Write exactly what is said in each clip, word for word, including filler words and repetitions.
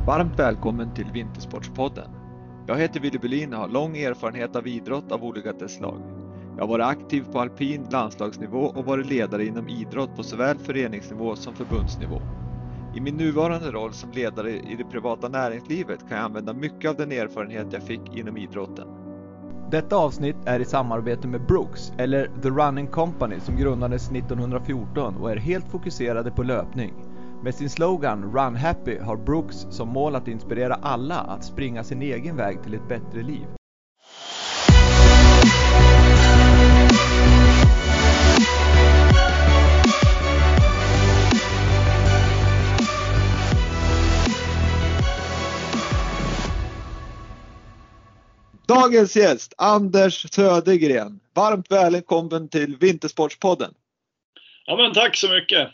Varmt välkommen till Vintersportspodden. Jag heter Willy Berlin och har lång erfarenhet av idrott av olika slag. Jag har varit aktiv på alpin landslagsnivå och varit ledare inom idrott på såväl föreningsnivå som förbundsnivå. I min nuvarande roll som ledare i det privata näringslivet kan jag använda mycket av den erfarenhet jag fick inom idrotten. Detta avsnitt är i samarbete med Brooks, eller The Running Company, som grundades nittonhundrafjorton och är helt fokuserade på löpning. Med sin slogan Run Happy har Brooks som mål att inspirera alla att springa sin egen väg till ett bättre liv. Dagens gäst, Anders Södergren. Varmt välkommen till Vintersportspodden. Ja, men tack så mycket.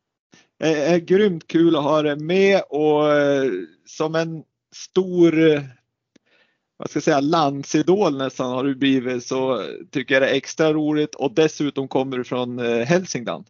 Det är grymt kul att ha dig med, och som en stor, vad ska jag säga, landsidol nästan har du blivit, så tycker jag det är extra roligt, och dessutom kommer du från Hälsingland.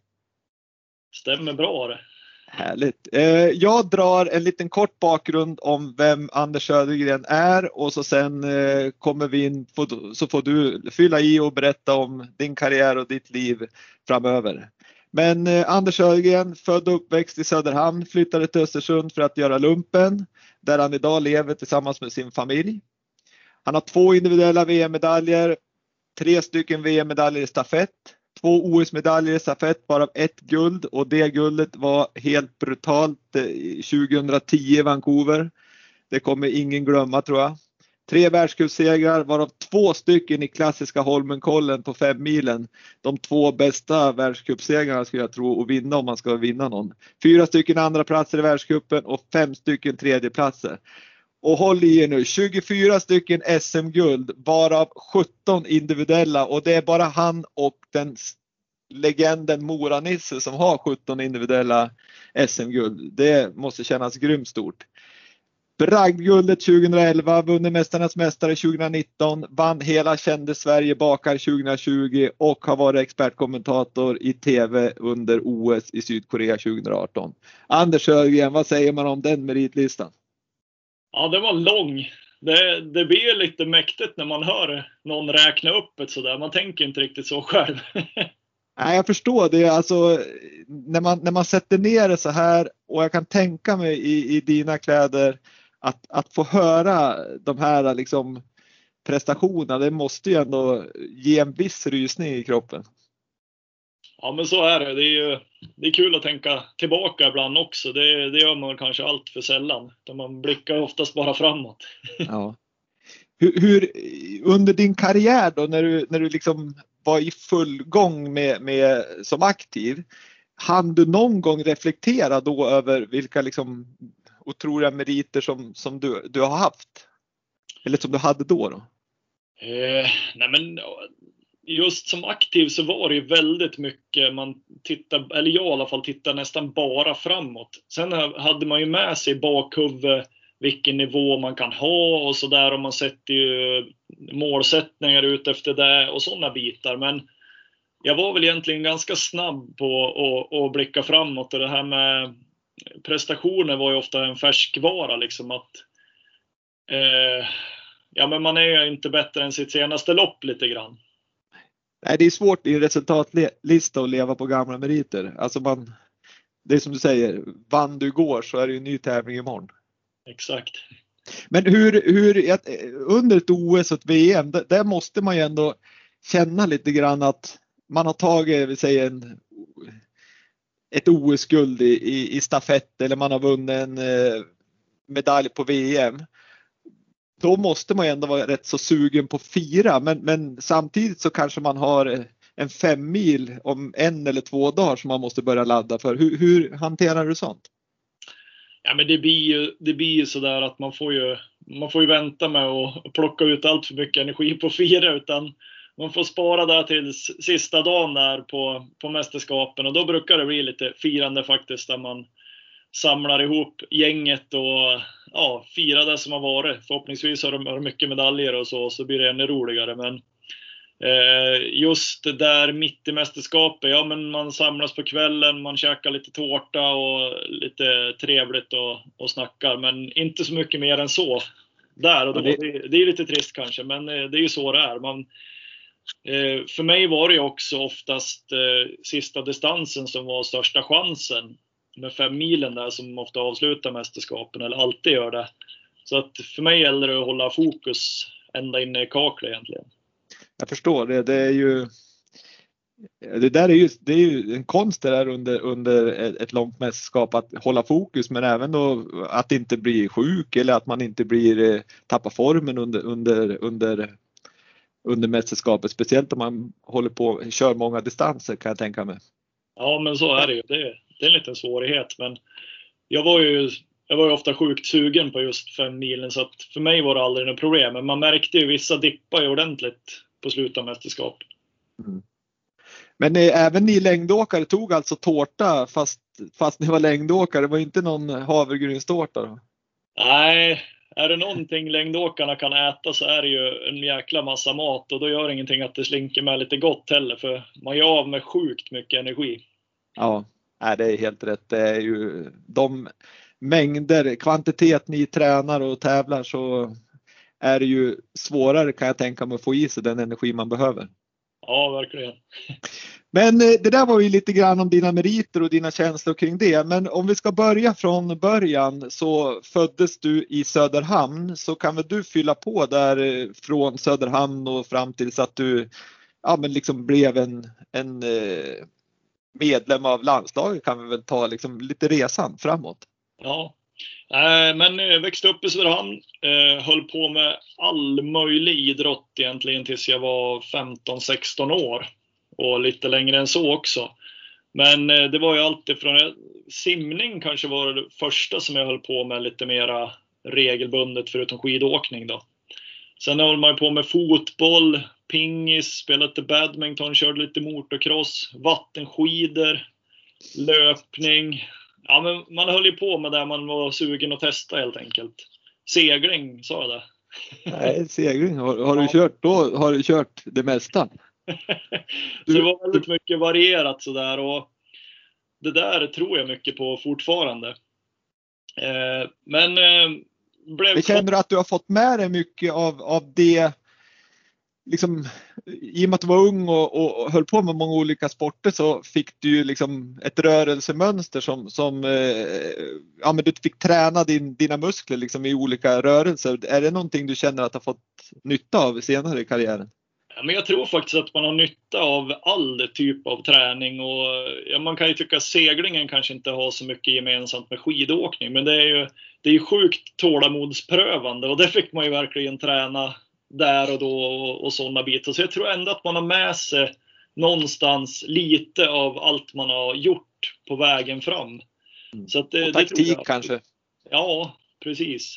Stämmer bra det. Härligt. Jag drar en liten kort bakgrund om vem Anders Södergren är, och så sen kommer vi in, så får du fylla i och berätta om din karriär och ditt liv framöver. Men Anders Södergren, född och uppväxt i Söderhamn, flyttade till Östersund för att göra lumpen, där han idag lever tillsammans med sin familj. Han har två individuella V M-medaljer, tre stycken V M-medaljer i stafett, två O S-medaljer i stafett, bara ett guld, och det guldet var helt brutalt tjugohundratio i Vancouver. Det kommer ingen glömma, tror jag. Tre världscupsegrar, varav två stycken i klassiska Holmenkollen på fem milen. De två bästa världscupsegrarna skulle jag tro att vinna om man ska vinna någon. Fyra stycken andra platser i världscupen och fem stycken tredje platser. Och håll i er nu, tjugofyra stycken S M-guld, varav sjutton individuella, och det är bara han och den legenden Mora Nisse som har sjutton individuella S M-guld. Det måste kännas grymt stort. Bragdguldet tjugohundraelva, vunnit Mästarnas mästare tjugonitton, vann hela Kände Sverige bakar tjugotjugo och har varit expertkommentator i tv under O S i Sydkorea tjugoarton. Anders Södergren, vad säger man om den meritlistan? Ja, det var lång. Det, det blir lite mäktigt när man hör någon räkna upp ett sådär. Man tänker inte riktigt så själv. Nej, jag förstår det. Alltså, när man, när man sätter ner det så här, och jag kan tänka mig i, i dina kläder att, att få höra de här liksom prestationerna, det måste ju ändå ge en viss rysning i kroppen. Ja, men så är det. Det är ju det är kul att tänka tillbaka ibland också. Det, det gör man kanske allt för sällan. Man blickar oftast bara framåt. Ja. Hur, hur under din karriär då, när du, när du liksom var i full gång med, med, som aktiv, hann du någon gång reflektera då över vilka liksom otroliga meriter som, som du, du har haft? Eller som du hade då då? Eh, nej men just som aktiv så var det ju väldigt mycket, man tittar, eller jag i alla fall tittar nästan bara framåt. Sen hade man ju med sig i bakhuvudet vilken nivå man kan ha och sådär, och man sätter ju målsättningar ut efter det och sådana bitar. Men jag var väl egentligen ganska snabb på att, att blicka framåt, och det här med prestationer var ju ofta en färskvara liksom, att eh, ja, men man är ju inte bättre än sitt senaste lopp lite grann. Nej, det är svårt i en resultatlista att leva på gamla meriter. Alltså man, det är som du säger, vann du igår så är det ju en ny tävling imorgon. Exakt. Men hur, hur under ett O S och ett V M, där måste man ju ändå känna lite grann att man har tagit, vi säger, en, ett O S-guld i, i, i stafett, eller man har vunnit en eh, medalj på V M. Då måste man ju ändå vara rätt så sugen på fyra, men, men samtidigt så kanske man har en fem mil om en eller två dagar som man måste börja ladda för. Hur, hur hanterar du sånt? Ja, men det blir ju, det blir ju sådär att man får ju, man får ju vänta med att plocka ut allt för mycket energi på fyra, utan man får spara där till sista dagen där på, på mästerskapen, och då brukar det bli lite firande faktiskt, där man samlar ihop gänget och ja, firar det som har varit. Förhoppningsvis har de, har de mycket medaljer och så, så blir det ännu roligare. Men Just det där mitt i mästerskapet, ja men man samlas på kvällen, man käkar lite tårta och lite trevligt och, och snackar, men inte så mycket mer än så där och då. Ja, det... det är lite trist kanske, men det är ju så det är. Man, för mig var det ju också oftast sista distansen som var största chansen, med fem milen där som ofta avslutar mästerskapen, eller alltid gör det. Så att för mig gäller det att hålla fokus ända in i kaklet egentligen. Jag förstår det. Det är ju det där är ju, det är ju en konst där under, under ett långt mästerskap att hålla fokus, men även då att inte bli sjuk eller att man inte blir tappa formen under, under, under, under mästerskapet. Speciellt om man håller på kör många distanser, kan jag tänka mig. Ja, men så är det ju. Det är, det är en liten svårighet, men jag var ju Jag var ju ofta sjukt sugen på just fem milen, så att för mig var det aldrig något problem. Men man märkte ju vissa dippar ju ordentligt på slutet av mästerskap. Mm. Men eh, även ni längdåkare tog alltså tårta fast, fast ni var längdåkare? Det var inte någon havregrynstårta då? Nej, är det någonting längdåkarna kan äta så är det ju en jäkla massa mat. Och då gör det ingenting att det slinker med lite gott heller, för man gör av med sjukt mycket energi. Ja, nej, det är helt rätt. Det är ju de mängder, kvantitet ni tränar och tävlar, så är det ju svårare, kan jag tänka mig, att få i sig den energi man behöver. Ja, verkligen. Men det där var ju lite grann om dina meriter och dina känslor kring det. Men om vi ska börja från början, så föddes du i Söderhamn. Så kan väl du fylla på där från Söderhamn och fram tills att du ja, men liksom blev en, en medlem av landslaget, kan vi väl ta liksom lite resan framåt. Ja, men jag växte upp i Söderhamn, höll på med all möjlig idrott egentligen tills jag var femton sexton år. Och lite längre än så också. Men det var ju alltid från simning kanske var det första som jag höll på med lite mera regelbundet, förutom skidåkning då. Sen höll man ju på med fotboll, pingis, spelade lite badminton, körde lite motocross, vattenskidor, löpning. Ja, men man höll ju på med det man var sugen att testa helt enkelt. Segling, sa jag det? Nej, segling. Har, har ja. du kört då? Har du kört det mesta? Så det var väldigt mycket varierat sådär, och det där tror jag mycket på fortfarande. Eh, men eh, blev... Men känner du att du har fått med dig mycket av, av det, liksom, i och med att du var ung och, och höll på med många olika sporter, så fick du ju liksom ett rörelsemönster som, som eh, ja, men du fick träna din, dina muskler liksom i olika rörelser. Är det någonting du känner att du har fått nytta av senare i karriären? Ja, men jag tror faktiskt att man har nytta av all typ av träning, och ja, man kan ju tycka att seglingen kanske inte har så mycket gemensamt med skidåkning, men det är ju det är ju sjukt tålamodsprövande, och det fick man ju verkligen träna där och då och, och sådana bitar. Så jag tror ändå att man har med sig någonstans lite av allt man har gjort på vägen fram. Så att det, och taktik det tror jag. Kanske? Ja, precis.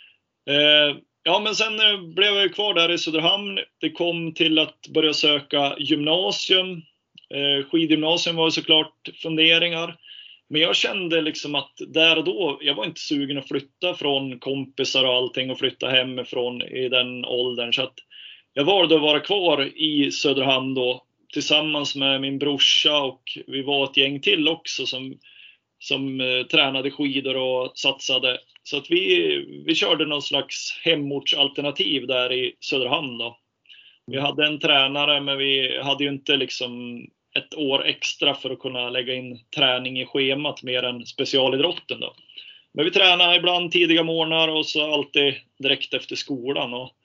Eh, Ja, men sen blev jag kvar där i Söderhamn. Det kom till att börja söka gymnasium. Eh, skidgymnasium var såklart funderingar. Men jag kände liksom att där och då, jag var inte sugen att flytta från kompisar och allting och flytta hemifrån i den åldern. Så att jag valde att vara kvar i Söderhamn då tillsammans med min brorsa, och vi var ett gäng till också som, som eh, tränade skidor och satsade. Så att vi, vi körde någon slags hemortsalternativ där i Söderhamn då. Vi hade en tränare, men vi hade ju inte liksom ett år extra för att kunna lägga in träning i schemat mer än specialidrotten då. Men vi tränade ibland tidiga morgnar och så alltid direkt efter skolan. Och,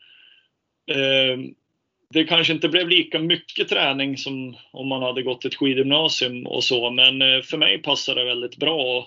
eh, det kanske inte blev lika mycket träning som om man hade gått ett skidgymnasium och så. Men eh, för mig passade det väldigt bra. Och,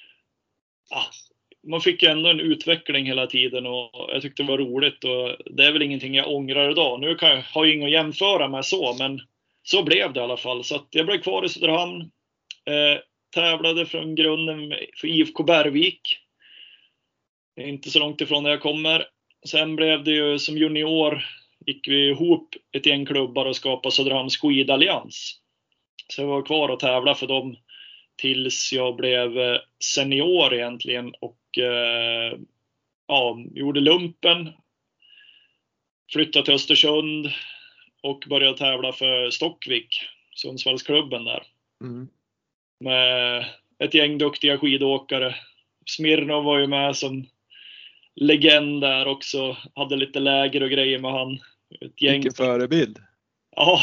ah, man fick ju ändå en utveckling hela tiden, och jag tyckte det var roligt, och det är väl ingenting jag ångrar idag. Nu kan jag, har jag inget att jämföra med så, men så blev det i alla fall. Så att jag blev kvar i Söderhamn, eh, tävlade från grunden för I F K Bergvik. Det är inte så långt ifrån där jag kommer. Sen blev det ju som junior, gick vi ihop ett gäng klubbar och skapade Söderhamns skidallians. Så jag var kvar och tävla för dem tills jag blev senior egentligen, och eh, ja, gjorde lumpen, flyttade till Östersund och började tävla för Stockvik, Sundsvallsklubben där. Mm. Med ett gäng duktiga skidåkare. Smirnov var ju med som legend där också. Hade lite läger och grejer med han. Ett gäng. Vilken förebild. Ja.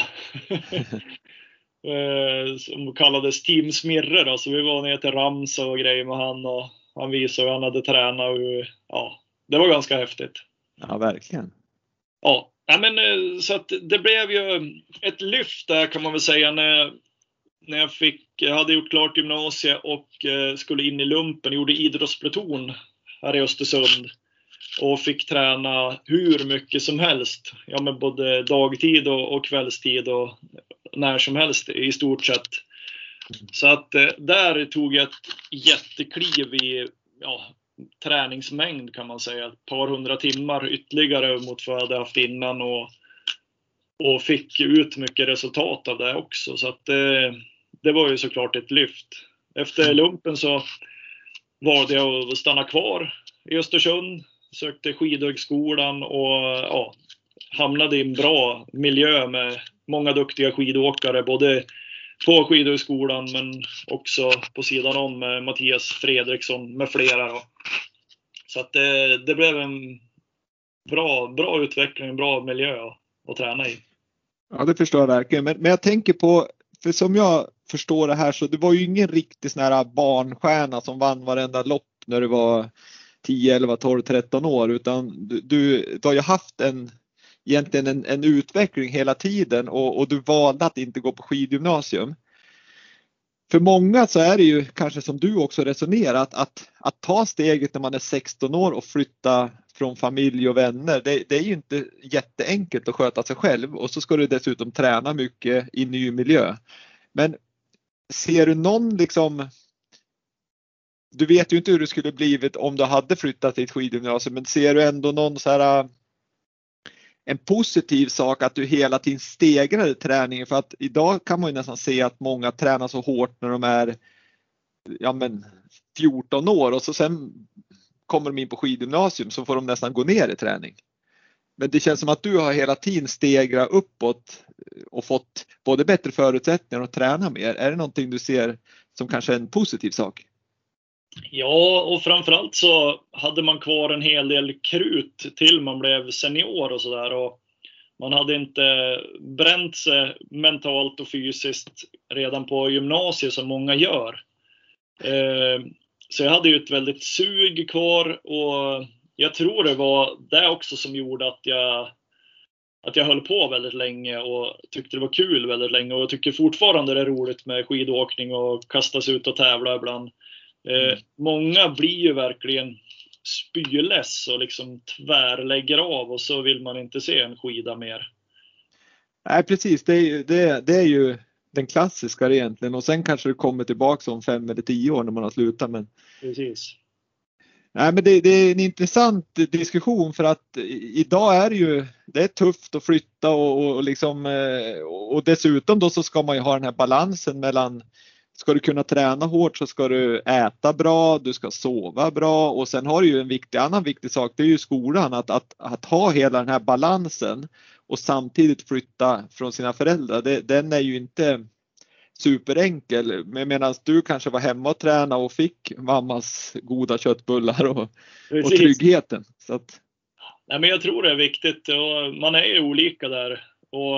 Som kallades Team Smirre då. Så vi var ner till Ramsa och grejer med han. Och han visade hur han hade tränat. Och, ja, det var ganska häftigt. Ja, verkligen. Ja, men så att det blev ju ett lyft där kan man väl säga när, när jag fick, jag hade gjort klart gymnasiet och skulle in i lumpen, gjorde idrottspluton här i Östersund och fick träna hur mycket som helst, ja men både dagtid och, och kvällstid och när som helst i stort sett. Så att där tog jag ett jättekliv i, ja, träningsmängd kan man säga. Ett par hundra timmar ytterligare mot vad jag hade haft innan och, och fick ut mycket resultat av det också. Så att det, det var ju såklart ett lyft. Efter lumpen så valde jag att stanna kvar i Östersund. Sökte skidhögskolan och ja, hamnade i en bra miljö med många duktiga skidåkare. Både på skidhögskolan men också på sidan om med Mattias Fredriksson med flera då. Så att det, det blev en bra, bra utveckling, en bra miljö att, att träna i. Ja, det förstår jag verkligen. Men, men jag tänker på, för som jag förstår det här så det var ju ingen riktig sån här barnstjärna som vann varenda lopp när du var tio, elva, tolv, tretton år. Utan du, du, du har ju haft en, egentligen en, en utveckling hela tiden och, och du valde att inte gå på skidgymnasium. För många så är det ju kanske som du också resonerat att, att ta steget när man är sexton år och flytta från familj och vänner. Det, det är ju inte jätteenkelt att sköta sig själv och så ska du dessutom träna mycket i ny miljö. Men ser du någon liksom, du vet ju inte hur det skulle blivit om du hade flyttat till ett skidgymnasium, men ser du ändå någon så här en positiv sak att du hela tiden stegrade träningen? För att idag kan man ju nästan se att många tränar så hårt när de är ja men fjorton år och så sen kommer de in på skidgymnasium så får de nästan gå ner i träning. Men det känns som att du har hela tiden stegrat uppåt och fått både bättre förutsättningar att träna mer. Är det någonting du ser som kanske en positiv sak? Ja, och framförallt så hade man kvar en hel del krut till man blev senior och sådär. Och man hade inte bränt sig mentalt och fysiskt redan på gymnasiet som många gör. Så jag hade ju ett väldigt sug kvar och jag tror det var det också som gjorde att jag, att jag höll på väldigt länge och tyckte det var kul väldigt länge. Och jag tycker fortfarande det är roligt med skidåkning och kastas ut och tävla ibland. Eh, många blir ju verkligen spyless och liksom tvärlägger av och så vill man inte se en skida mer. Nej precis, det är ju, det, det är ju den klassiska egentligen och sen kanske det kommer tillbaka om fem eller tio år när man har slutat. Men... Precis. Nej, men det, det är en intressant diskussion för att idag är det ju det är tufft att flytta och, och, liksom, och dessutom då så ska man ju ha den här balansen mellan ska du kunna träna hårt så ska du äta bra, du ska sova bra och sen har du ju en viktig, annan viktig sak, det är ju skolan att, att, att ha hela den här balansen och samtidigt flytta från sina föräldrar. Det, den är ju inte superenkel, men medan du kanske var hemma och träna och fick mammas goda köttbullar och, och tryggheten. Så att... Nej, men jag tror det är viktigt och man är ju olika där och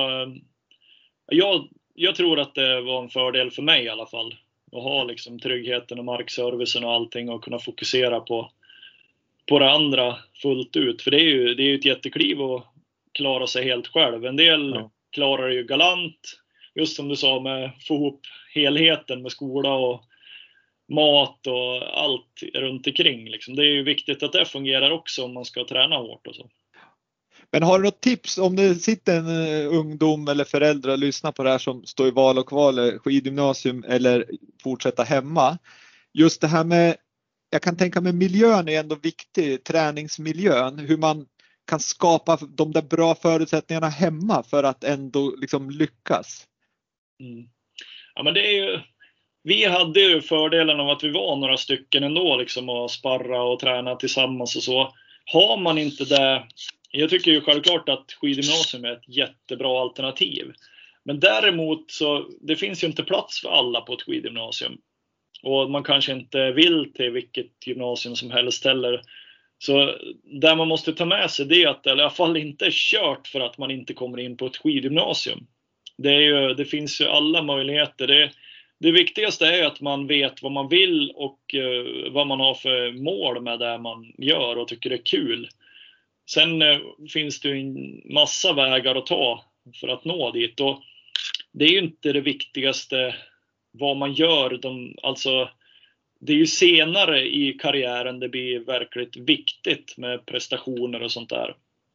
jag Jag tror att det var en fördel för mig i alla fall. Att ha liksom tryggheten och markservicen och allting och kunna fokusera på, på det andra fullt ut. För det är ju, det är ju ett jättekliv att klara sig helt själv. En del ja. klarar det ju galant. Just som du sa med få ihop helheten med skola och mat och allt runt omkring. Liksom. Det är ju viktigt att det fungerar också om man ska träna hårt och så. Men har du något tips om det sitter en uh, ungdom eller föräldrar och lyssnar på det här som står i val och kval, skidgymnasium eller fortsätta hemma? Just det här med, jag kan tänka mig miljön är ändå viktig, träningsmiljön, hur man kan skapa de där bra förutsättningarna hemma för att ändå liksom lyckas. Mm. Ja men det är ju, vi hade ju fördelen av att vi var några stycken ändå liksom och sparra och träna tillsammans och så. Har man inte det jag tycker ju självklart att skidgymnasium är ett jättebra alternativ. Men däremot så det finns ju inte plats för alla på ett skidgymnasium. Och man kanske inte vill till vilket gymnasium som helst heller. Så där man måste ta med sig det är att det i alla fall inte är kört för att man inte kommer in på ett skidgymnasium. Det, är ju, det finns ju alla möjligheter. Det, det viktigaste är att man vet vad man vill och uh, vad man har för mål med det man gör och tycker det är kul. Sen uh, finns det ju en massa vägar att ta för att nå dit. Och det är ju inte det viktigaste vad man gör. De, alltså, det är ju senare i karriären det blir verkligt viktigt med prestationer och sånt där.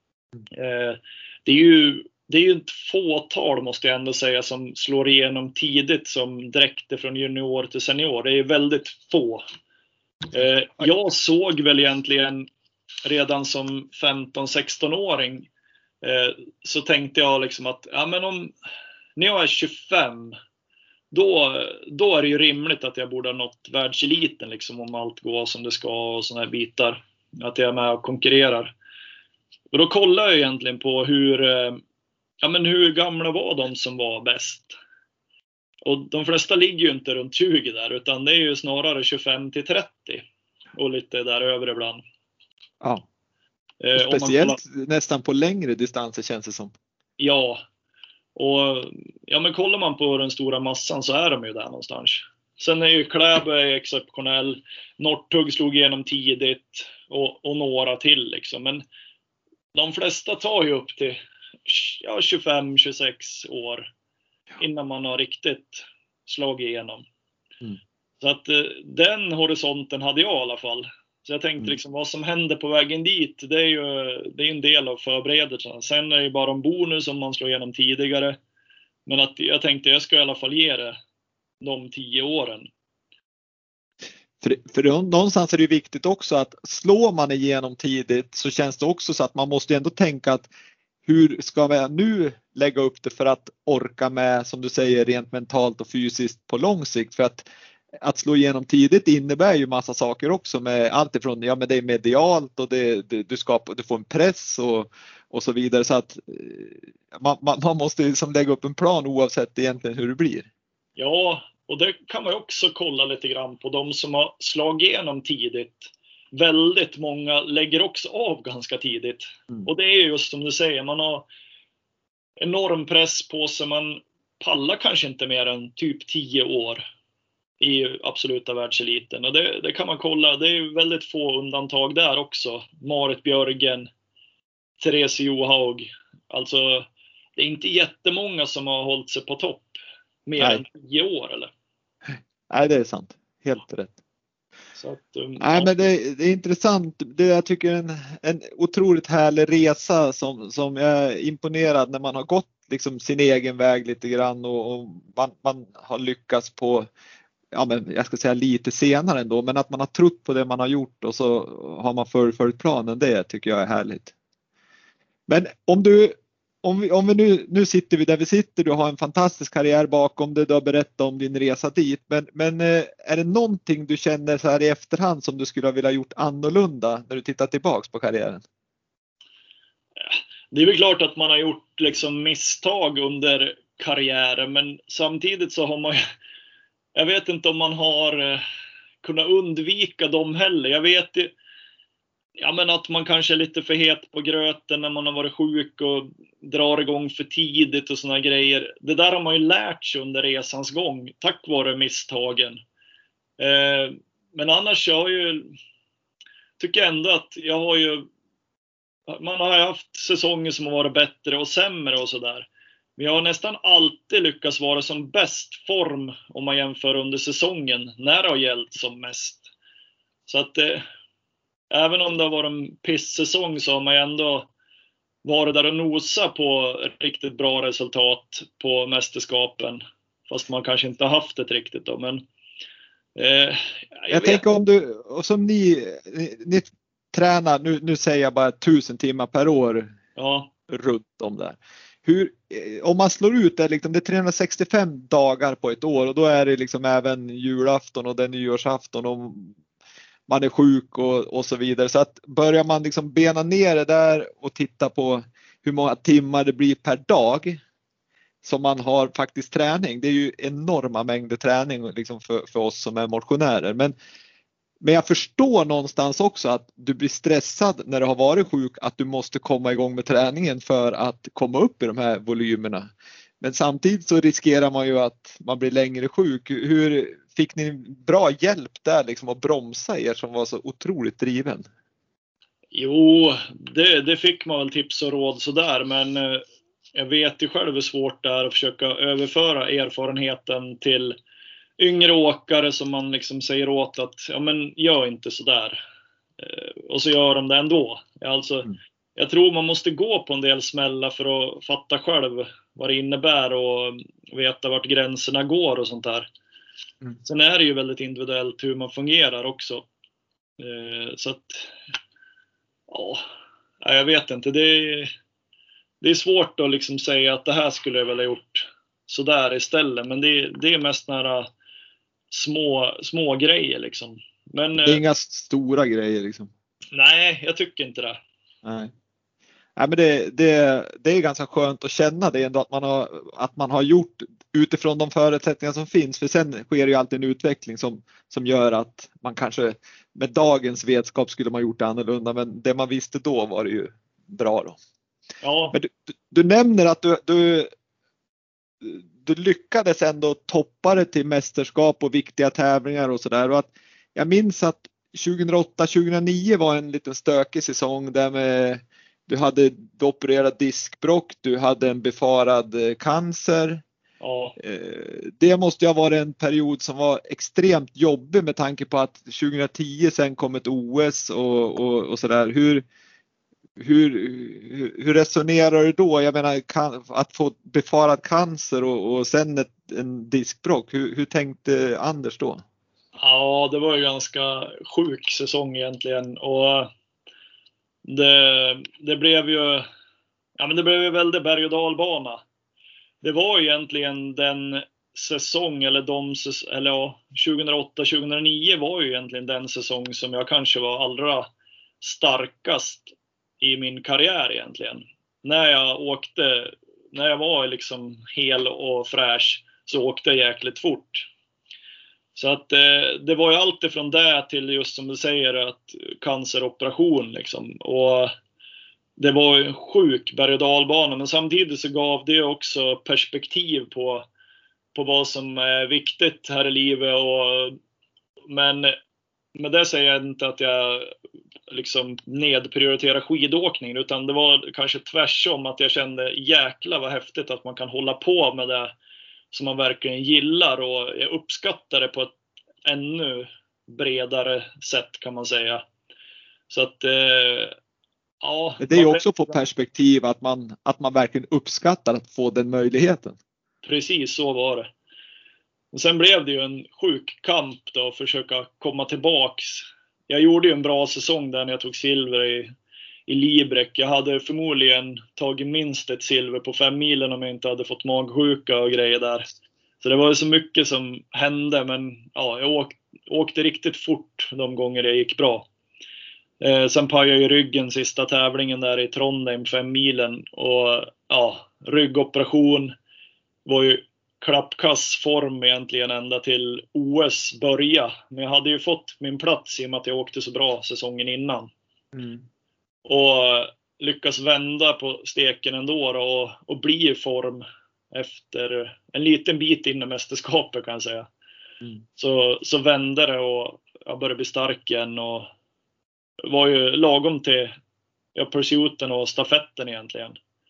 Uh, det är ju Det är ju ett fåtal måste jag ändå säga som slår igenom tidigt som direkt från junior till senior. Det är väldigt få. Eh, jag såg väl egentligen redan som femton-sexton-åring eh, så tänkte jag liksom att ja, men om när jag är tjugofem då, då är det ju rimligt att jag borde ha nått världseliten liksom, om allt går som det ska och såna här bitar. Att jag är med och konkurrerar. Och då kollar jag egentligen på hur eh, Ja, men hur gamla var de som var bäst? Och de flesta ligger ju inte runt tjugo där, utan det är ju snarare tjugofem till trettio. Och lite där över ibland. Ja. Och Eh, speciellt kollar... nästan på längre distanser känns det som. Ja. Och ja, men kollar man på den stora massan så är de ju där någonstans. Sen är ju Kläbo exceptionell. Northug slog igenom tidigt. Och, och några till liksom. Men de flesta tar ju upp till ja, tjugofem till tjugosex år innan man har riktigt slagit igenom. Mm. Så att eh, den horisonten hade jag i alla fall. Så jag tänkte mm. liksom vad som händer på vägen dit, det är ju det är en del av förberedelserna. Sen är det ju bara en bonus om man slår igenom tidigare. Men att jag tänkte jag ska i alla fall ge det de tio åren. För, för någonstans är det ju viktigt också att slår man igenom tidigt så känns det också så att man måste ändå tänka att hur ska vi nu lägga upp det för att orka med, som du säger, rent mentalt och fysiskt på lång sikt? För att, att slå igenom tidigt innebär ju massa saker också med allt ifrån, ja men det är medialt och det, det, du, skapar, du får en press och, och så vidare. Så att man, man, man måste liksom lägga upp en plan oavsett egentligen hur det blir. Ja, och det kan man ju också kolla lite grann på de som har slagit igenom tidigt. Väldigt många lägger också av ganska tidigt. Mm. Och det är just som du säger, man har enorm press på sig. Man pallar kanske inte mer än typ tio år i absoluta världseliten. Och det, det kan man kolla, det är väldigt få undantag där också. Marit Björgen, Therese Johaug. Alltså det är inte jättemånga som har hållit sig på topp mer Nej. än tio år eller? Nej, det är sant. Helt rätt. Så att, um, Nej, men det, det är intressant. Det jag tycker är en, en otroligt härlig resa som, som jag är imponerad när man har gått liksom sin egen väg lite grann och, och man, man har lyckats på, ja men jag ska säga lite senare ändå, men att man har trott på det man har gjort och så har man fullföljt planen. Det tycker jag är härligt. Men om du Om vi, om vi nu, nu sitter vi där vi sitter, du har en fantastisk karriär bakom dig, du har berättat om din resa dit, men, men är det någonting du känner så här i efterhand som du skulle ha velat gjort annorlunda när du tittar tillbaks på karriären? Det är väl klart att man har gjort liksom misstag under karriären, men samtidigt så har man, jag vet inte om man har kunnat undvika dem heller. Jag vet Ja, men att man kanske är lite för het på gröten när man har varit sjuk och drar igång för tidigt och såna grejer. Det där har man ju lärt sig under resans gång tack vare misstagen. Eh, men annars jag har ju, tycker jag ändå att jag har ju, man har haft säsonger som har varit bättre och sämre och sådär. Men jag har nästan alltid lyckats vara som bäst form om man jämför under säsongen när det har gällt som mest. Så att eh, även om det har varit en piss-säsong så har man ändå varit där och nosa på riktigt bra resultat på mästerskapen. Fast man kanske inte har haft ett riktigt då. Men, eh, jag jag tänker om du, och som ni, ni, ni tränar, nu, nu säger jag bara tusen timmar per år ja. runt om där. Hur, om man slår ut det, liksom, det är trehundrasextiofem dagar på ett år och då är det liksom även julafton och det är nyårsafton och man är sjuk och, och så vidare. Så att börjar man liksom bena ner det där och titta på hur många timmar det blir per dag som man har faktiskt träning. Det är ju enorma mängder träning liksom för, för oss som är motionärer. Men, men jag förstår någonstans också att du blir stressad när du har varit sjuk, att du måste komma igång med träningen för att komma upp i de här volymerna. Men samtidigt så riskerar man ju att man blir längre sjuk. Hur fick ni bra hjälp där liksom att bromsa er som var så otroligt driven? Jo, det, det fick man väl tips och råd sådär, men eh, jag vet ju själv hur svårt det är att försöka överföra erfarenheten till yngre åkare som man liksom säger åt att ja men gör inte sådär. Eh, och så gör de det ändå. Alltså, mm. Jag tror man måste gå på en del smällar för att fatta själv vad det innebär och veta vart gränserna går och sånt där. Mm. Sen är det ju väldigt individuellt hur man fungerar också. Eh, så att ja, jag vet inte. Det är, det är svårt att liksom säga att det här skulle jag väl ha gjort så där istället. Men det, det är mest några små, små grejer liksom. Men, det är inga stora grejer liksom. Nej, jag tycker inte det. Nej. Nej, men det, det, det är ganska skönt att känna det ändå, att man har, att man har gjort utifrån de förutsättningar som finns. För sen sker ju alltid en utveckling som, som gör att man kanske med dagens vetskap skulle man gjort det annorlunda. Men det man visste då var det ju bra då. Ja. Men du, du, du nämner att du, du, du lyckades ändå toppa det till mästerskap och viktiga tävlingar och sådär. Jag minns att tjugohundraåtta tjugohundranio var en liten stökig säsong där med du hade opererat diskbråck, du hade en befarad cancer. Ja. Det måste ju ha varit en period som var extremt jobbig med tanke på att tjugohundratio sen kom ett O S och, och, och sådär. Hur, hur, hur resonerar du då? Jag menar, kan, att få befarad cancer och, och sen ett, en diskbråck. Hur, hur tänkte Anders då? Ja, det var ju ganska sjuk säsong egentligen. Och det, det blev ju ja, men det blev ju väldigt berg- och dalbana. Det var ju egentligen den säsong eller de eller ja, tjugohundraåtta tjugohundranio var ju egentligen den säsong som jag kanske var allra starkast i min karriär egentligen. När jag åkte, när jag var liksom hel och fräsch så åkte jag jäkligt fort. Så att eh, det var ju allt ifrån det till just som du säger att canceroperation liksom. Och det var en sjuk berg- och dalbana, men samtidigt så gav det också perspektiv på, på vad som är viktigt här i livet. Och, men med det säger jag inte att jag liksom nedprioriterar skidåkning, utan det var kanske tvärsom att jag kände jäkla vad häftigt att man kan hålla på med det som man verkligen gillar, och jag uppskattar det på ett ännu bredare sätt kan man säga. Så att eh, ja, det är ju också på perspektiv att man, att man verkligen uppskattar att få den möjligheten. Precis så var det. Och sen blev det ju en sjuk kamp då att försöka komma tillbaks. Jag gjorde ju en bra säsong där när jag tog silver i, i Libreck. Jag hade förmodligen tagit minst ett silver på fem milen om jag inte hade fått magsjuka och grejer där. Så det var ju så mycket som hände, men ja, jag åkte, åkte riktigt fort de gånger det gick bra. Eh, sen pajade ju ryggen sista tävlingen där i Trondheim, fem milen. Och ja, ryggoperation var ju klappkass form egentligen ända till O S börja. Men jag hade ju fått min plats i och med att jag åkte så bra säsongen innan. Mm. Och lyckas vända på steken ändå då, och, och bli i form efter en liten bit in i mästerskapet kan jag säga. Mm. Så, så vände det och jag började bli stark igen och var ju lagom till ja, pursuiten och stafetten egentligen.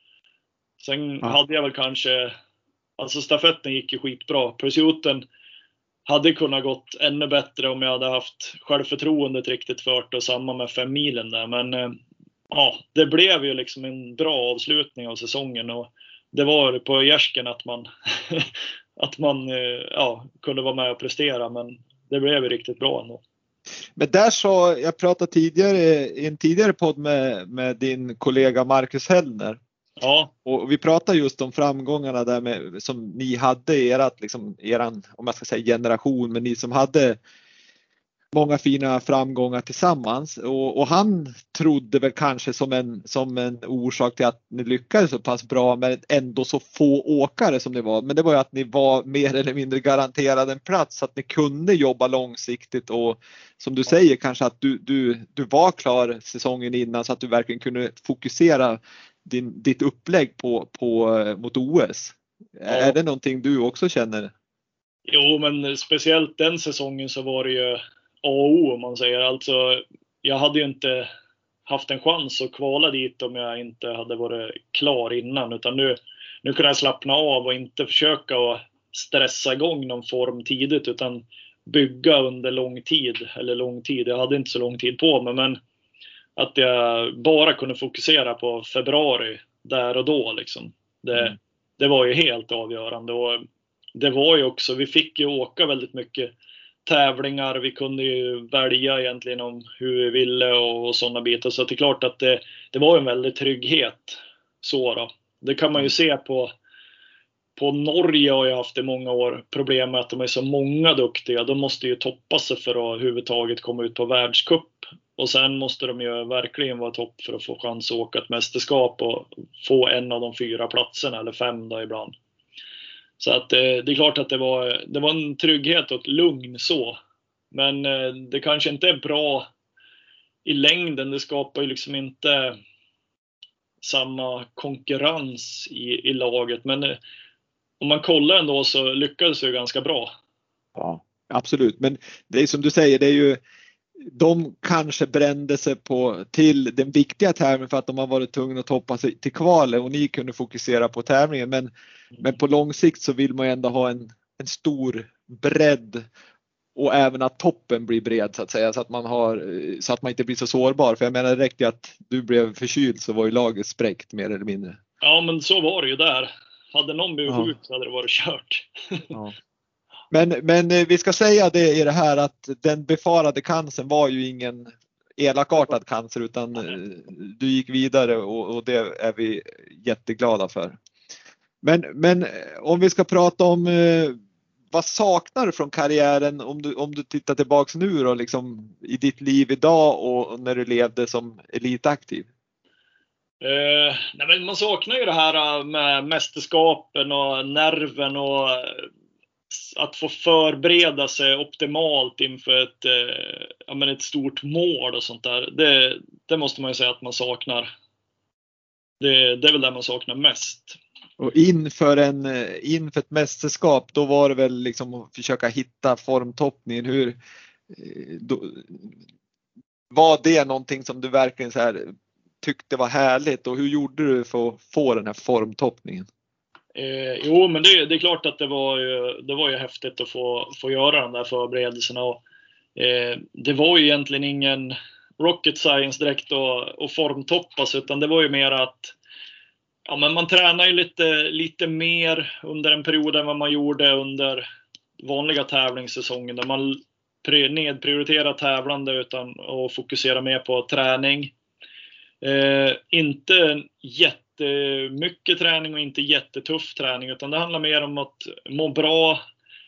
Sen ja. hade jag väl kanske, alltså stafetten gick ju skitbra. Pursuiten hade kunnat gått ännu bättre om jag hade haft självförtroendet riktigt fört, och samma med fem milen där. Men ja, det blev ju liksom en bra avslutning av säsongen, och det var på gärsken att man att man ja, kunde vara med och prestera, men det blev ju riktigt bra ändå. Men där så, jag pratade tidigare i en tidigare podd med, med din kollega Marcus Hellner. Ja. Och vi pratade just om framgångarna där med, som ni hade i erat, liksom, eran, om jag ska säga generation, men ni som hade många fina framgångar tillsammans och, och han trodde väl kanske som en, som en orsak till att ni lyckades så pass bra med ändå så få åkare som det var. Men det var ju att ni var mer eller mindre garanterade en plats så att ni kunde jobba långsiktigt och som du säger kanske att du, du, du var klar säsongen innan så att du verkligen kunde fokusera din, ditt upplägg på, på, mot O S. Ja. Är det någonting du också känner? Jo, men speciellt den säsongen så var det ju A och O om man säger. Alltså, jag hade ju inte haft en chans att kvala dit om jag inte hade varit klar innan. Utan nu, nu kunde jag slappna av och inte försöka att stressa igång någon form tidigt. Utan bygga under lång tid. Eller lång tid, jag hade inte så lång tid på mig. Men att jag bara kunde fokusera på februari där och då liksom. Det, mm. det var ju helt avgörande. Och det var ju också, vi fick ju åka väldigt mycket tävlingar. Vi kunde ju välja egentligen om hur vi ville och, och sådana bitar. Så det är klart att det, det var en väldigt trygghet. Så då. Det kan man ju se på, på Norge har jag haft i många år. Problem med att de är så många duktiga. De måste ju toppa sig för att överhuvudtaget komma ut på världscup. Och sen måste de ju verkligen vara topp för att få chans att åka ett mästerskap och få en av de fyra platserna eller fem då ibland. Så att eh, det är klart att det var, det var en trygghet och ett lugn så. Men eh, det kanske inte är bra i längden. Det skapar ju liksom inte samma konkurrens i, i laget. Men eh, om man kollar ändå så lyckades det ju ganska bra. Ja, absolut. Men det är som du säger, det är ju de kanske brände sig på till den viktiga tävlingen för att de har varit tvungna att toppa sig till kvalet och ni kunde fokusera på tävlingen. Men, mm. men på lång sikt så vill man ju ändå ha en, en stor bredd och även att toppen blir bred så att säga så att man har så att man inte blir så sårbar. För jag menar direkt att du blev förkyld så var ju laget spräckt mer eller mindre. Ja, men så var det ju där. Hade någon blivit ja. sjuk så hade det varit kört. Ja. Men, men vi ska säga det i det här att den befarade cancern var ju ingen elakartad cancer utan du gick vidare och, och det är vi jätteglada för. Men, men om vi ska prata om eh, vad saknar du från karriären om du, om du tittar tillbaks nu då, liksom, i ditt liv idag och, och när du levde som elitaktiv? Eh, nej men man saknar ju det här med mästerskapen och nerven och att få förbereda sig optimalt inför ett, eh, ja, men ett stort mål och sånt där. Det, det måste man ju säga att man saknar. Det, det är väl det man saknar mest. Och inför, en, inför ett mästerskap då var det väl liksom att försöka hitta formtoppningen. Hur, då, var det någonting som du verkligen så här tyckte var härligt och hur gjorde du för att få den här formtoppningen? Eh, jo, men det, det är klart att det var ju, det var ju häftigt att få, få göra de där förberedelserna. Och, eh, det var ju egentligen ingen rocket science direkt och, och formtoppas, utan det var ju mer att ja, men man tränar ju lite, lite mer under en period än vad man gjorde under vanliga tävlingssäsongen. Där man nedprioriterar tävlande utan att fokusera mer på träning. Eh, inte jättemycket träning och inte jättetuff träning, utan det handlar mer om att må bra,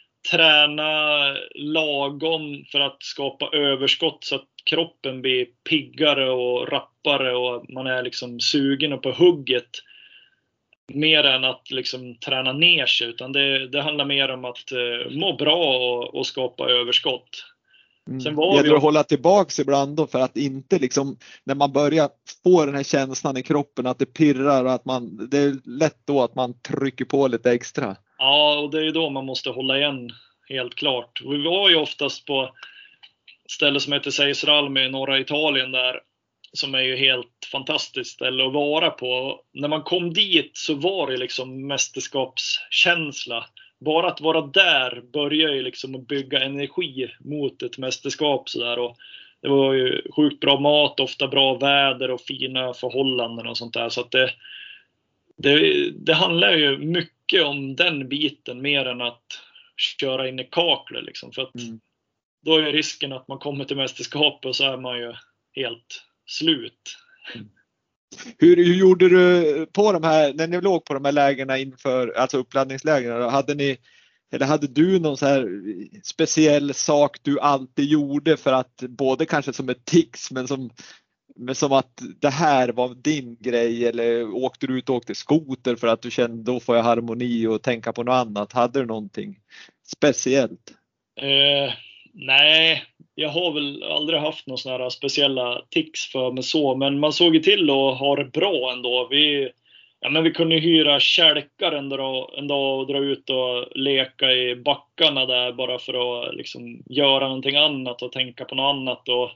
träna lagom för att skapa överskott så att kroppen blir piggare och rappare och man är liksom sugen och på hugget mer än att liksom träna ner sig, utan det, det handlar mer om att eh, må bra och, och skapa överskott. Mm. Sen var det vi... att hålla tillbaks ibland då för att inte liksom när man börjar få den här känslan i kroppen att det pirrar och att man, det är lätt då att man trycker på lite extra. Ja, och det är ju då man måste hålla igen helt klart. Vi var ju oftast på ställe som heter Seisralmi i norra Italien där, som är ju helt fantastiskt ställe att vara på. När man kom dit så var det liksom mästerskapskänsla. Bara att vara där börjar ju liksom att bygga energi mot ett mästerskap så där. Och det var ju sjukt bra mat, ofta bra väder och fina förhållanden och sånt där. Så att det, det, det handlar ju mycket om den biten mer än att köra in i kaklet liksom. För att mm. då är risken att man kommer till mästerskap och så är man ju helt slut. Mm. Hur, hur gjorde du på de här, när ni låg på de här lägena inför, alltså uppladdningslägena, hade ni, eller hade du någon så här speciell sak du alltid gjorde för att både kanske som ett tics men som, men som att det här var din grej, eller åkte du ut och åkte skoter för att du kände då får jag harmoni och tänka på något annat? Hade du någonting speciellt? Eh, nej, jag har väl aldrig haft några sådana här speciella tics för mig så, men man såg ju till att ha det bra ändå. Vi, ja, men vi kunde hyra kälkar en dag, en dag och dra ut och leka i backarna där bara för att liksom göra någonting annat och tänka på något annat. Och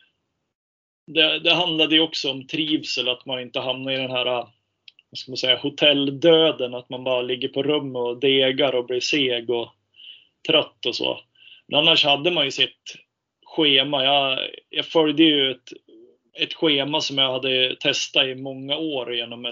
det, det handlade ju också om trivsel, att man inte hamnar i den här, vad ska man säga, hotelldöden, att man bara ligger på rum och degar och blir seg och trött och så. Men annars hade man ju sitt schema. Jag, jag följde ju ett, ett schema som jag hade testat i många år genom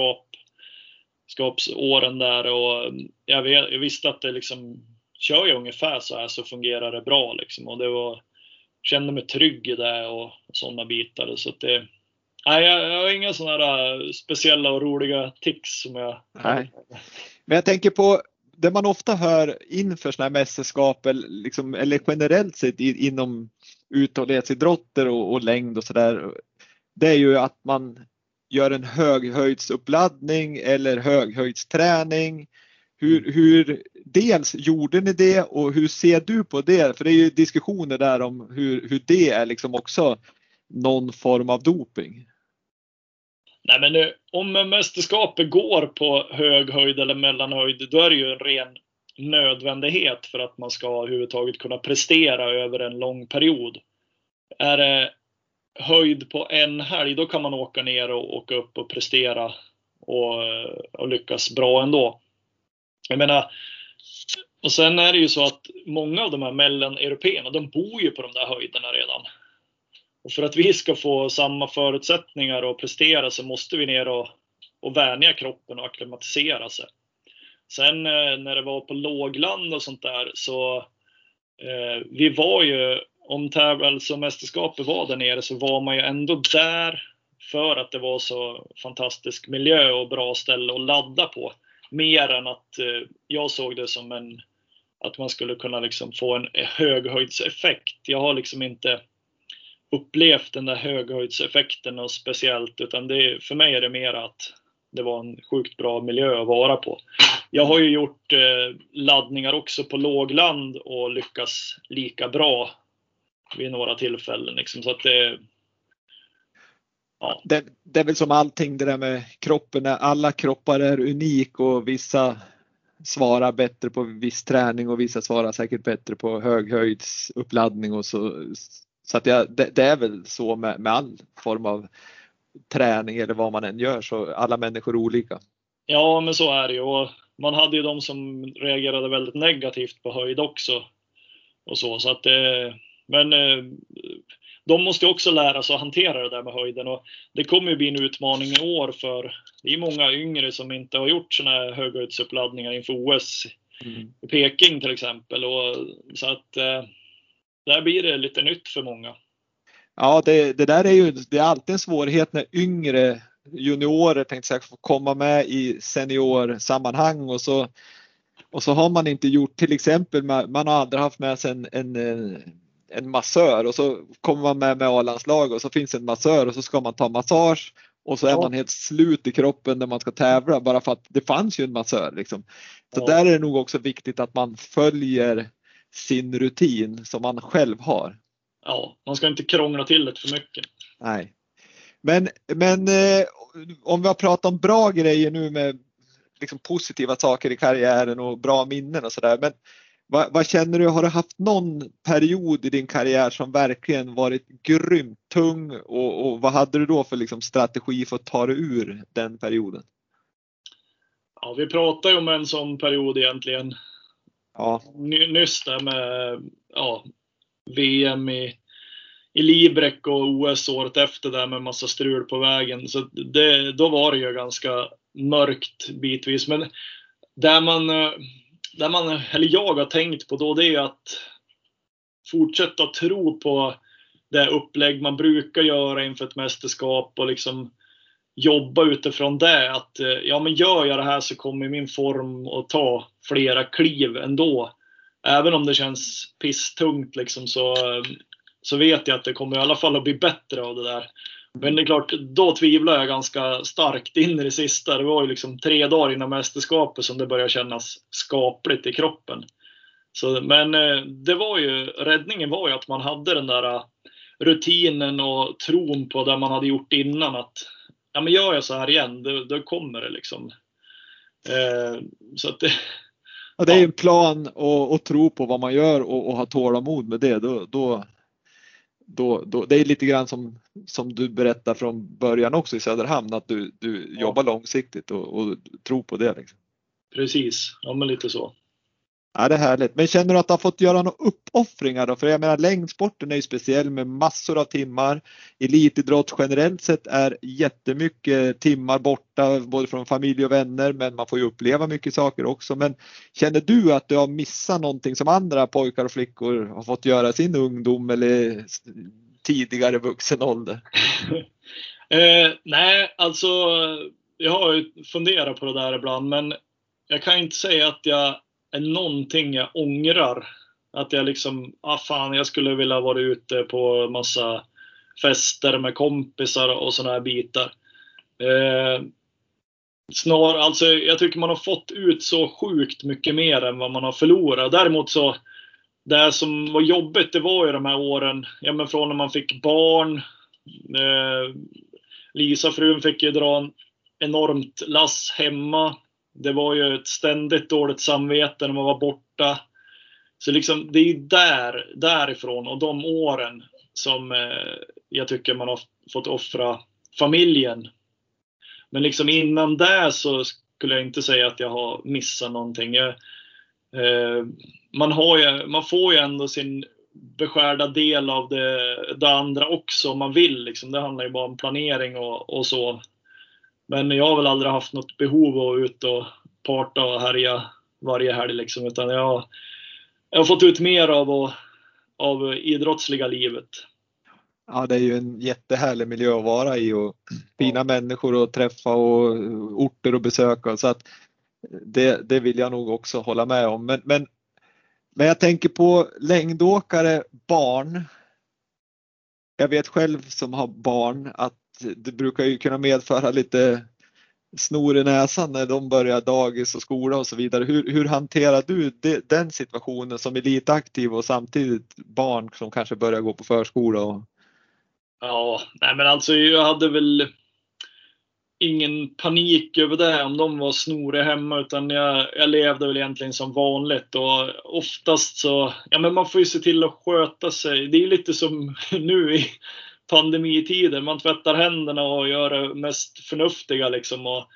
mästerskapsåren där, och jag, vet, jag visste att det liksom, kör jag ungefär så här så fungerar det bra liksom, och det var, kände mig trygg i det och sådana bitar. Så att det, nej, jag, jag har inga sådana här speciella och roliga tics som jag... Nej. Men jag tänker på det man ofta hör inför sådana här mästerskap, liksom, eller generellt sett inom uthållighetsidrotter och, och längd och sådär, det är ju att man gör en höghöjdsuppladdning eller höghöjdsträning. Hur, hur dels gjorde ni det och hur ser du på det? För det är ju diskussioner där om hur, hur det är liksom också någon form av doping. Nej, men nu, om mästerskapet går på hög höjd eller mellanhöjd, då är det ju en ren nödvändighet för att man ska överhuvudtaget kunna prestera över en lång period. Är det höjd på en helg, då kan man åka ner och åka upp och prestera och, och lyckas bra ändå. Jag menar, och sen är det ju så att många av de här mellaneuropeerna, de bor ju på de där höjderna redan. Och för att vi ska få samma förutsättningar och prestera så måste vi ner och, och vänja kroppen och akklimatisera sig. Sen eh, när det var på lågland och sånt där så eh, vi var ju, om tävlings- och mästerskapet var där nere, så var man ju ändå där för att det var så fantastisk miljö och bra ställe att ladda på. Mer än att eh, jag såg det som en, att man skulle kunna liksom få en höghöjdseffekt. Jag har liksom inte upplevt den där höghöjdseffekten och speciellt, utan det, för mig är det mer att det var en sjukt bra miljö att vara på. Jag har ju gjort eh, laddningar också på lågland och lyckas lika bra vid några tillfällen liksom, så att det, ja. det, det är väl som allting det där med kroppen, alla kroppar är unik och vissa svarar bättre på viss träning och vissa svarar säkert bättre på höghöjdsuppladdning och så. Så att jag, det, det är väl så med, med all form av träning eller vad man än gör, så alla människor är olika. Ja, men så är det ju. Och man hade ju de som reagerade väldigt negativt på höjd också. Och så, så att det, men de måste också lära sig att hantera det där med höjden. Och det kommer ju bli en utmaning i år, för det är många yngre som inte har gjort såna här höghöjdsuppladdningar inför O S mm. i Peking till exempel. Och, så att där blir det lite nytt för många. Ja, det, det där är ju, det är alltid en svårighet när yngre juniorer tänkte säga får komma med i seniorsammanhang, och så, och så har man inte gjort, till exempel man har aldrig haft med sig en, en, en massör, och så kommer man med med A-landslag och så finns en massör och så ska man ta massage och så är ja. man helt slut i kroppen när man ska tävla bara för att det fanns ju en massör liksom. Så ja. där är det nog också viktigt att man följer sin rutin som man själv har. Ja, man ska inte krångla till det för mycket. Nej. Men, men eh, om vi har pratat om bra grejer nu med liksom positiva saker i karriären och bra minnen och sådär. Men vad, vad känner du? Har du haft någon period i din karriär som verkligen varit grymt tung? Och, och vad hade du då för liksom strategi för att ta dig ur den perioden? Ja, vi pratar ju om en sån period egentligen. Ja. Ny, nyss där med ja, V M i, i Liberec och O S året efter där med massa strul på vägen. Så det, då var det ju ganska mörkt bitvis. Men där man, där man, eller jag har tänkt på då, det är att fortsätta tro på det upplägg man brukar göra inför ett mästerskap och liksom jobba utifrån det. Att ja, men gör jag det här så kommer min form att ta flera kliv ändå. Även om det känns pisstungt liksom, så, så vet jag att det kommer i alla fall att bli bättre av det där. Men det är klart, då tvivlar jag ganska starkt in i det sista. Det var ju liksom tre dagar innan mästerskapet som det började kännas skapligt i kroppen. Så, men det var ju, räddningen var ju att man hade den där rutinen och tron på det man hade gjort innan. Att ja, men gör jag så här igen, då, då kommer det liksom. Eh, så att det, ja, det är ju en plan och, och tro på vad man gör och, och ha tålamod med det. Då, då, då, då, det är lite grann som, som du berättar från början också i Söderhamn, att du, du ja. jobbar långsiktigt och, och tror på det. Liksom. Precis, ja men lite så. Ja, det är härligt. Men känner du att du har fått göra några uppoffringar då? För jag menar, längdsporten är ju speciell med massor av timmar. Elitidrott generellt sett är jättemycket timmar borta, både från familj och vänner, men man får ju uppleva mycket saker också. Men känner du att du har missat någonting som andra pojkar och flickor har fått göra i sin ungdom eller tidigare vuxen ålder? eh, nej, alltså jag har ju funderat på det där ibland, men jag kan inte säga att jag är någonting jag ångrar. Att jag liksom, ah fan, jag skulle vilja vara ute på massa fester med kompisar och såna här bitar. Eh, snar, alltså jag tycker man har fått ut så sjukt mycket mer än vad man har förlorat. Däremot så, det som var jobbigt, det var ju de här åren, ja men från när man fick barn. Eh, Lisa, frun, fick ju dra en enormt lass hemma. Det var ju ett ständigt dåligt samvete när man var borta. Så liksom, det är ju där, därifrån och de åren som eh, jag tycker man har fått offra familjen. Men liksom innan det så skulle jag inte säga att jag har missat någonting. Jag, eh, man, har ju, man får ju ändå sin beskärda del av det, det andra också om man vill. Liksom. Det handlar ju bara om planering och, och så. Men jag har väl aldrig haft något behov av att ut och parta och härja varje helg liksom, utan jag, jag har fått ut mer av, och, av idrottsliga livet. Ja, det är ju en jättehärlig miljö att vara i och fina ja. människor att träffa och orter att besöka, så att det, det vill jag nog också hålla med om. Men, men, men jag tänker på längdåkare, barn. Jag vet själv som har barn att det brukar ju kunna medföra lite snor i näsan när de börjar dagis och skola och så vidare. Hur, hur hanterar du det, den situationen som elitaktiv och samtidigt barn som kanske börjar gå på förskola? Och... Ja, nej men alltså jag hade väl ingen panik över det om de var snoriga hemma, utan jag, jag levde väl egentligen som vanligt, och oftast så, ja men man får ju se till att sköta sig. Det är lite som nu i pandemitider, man tvättar händerna och gör det mest förnuftiga liksom, och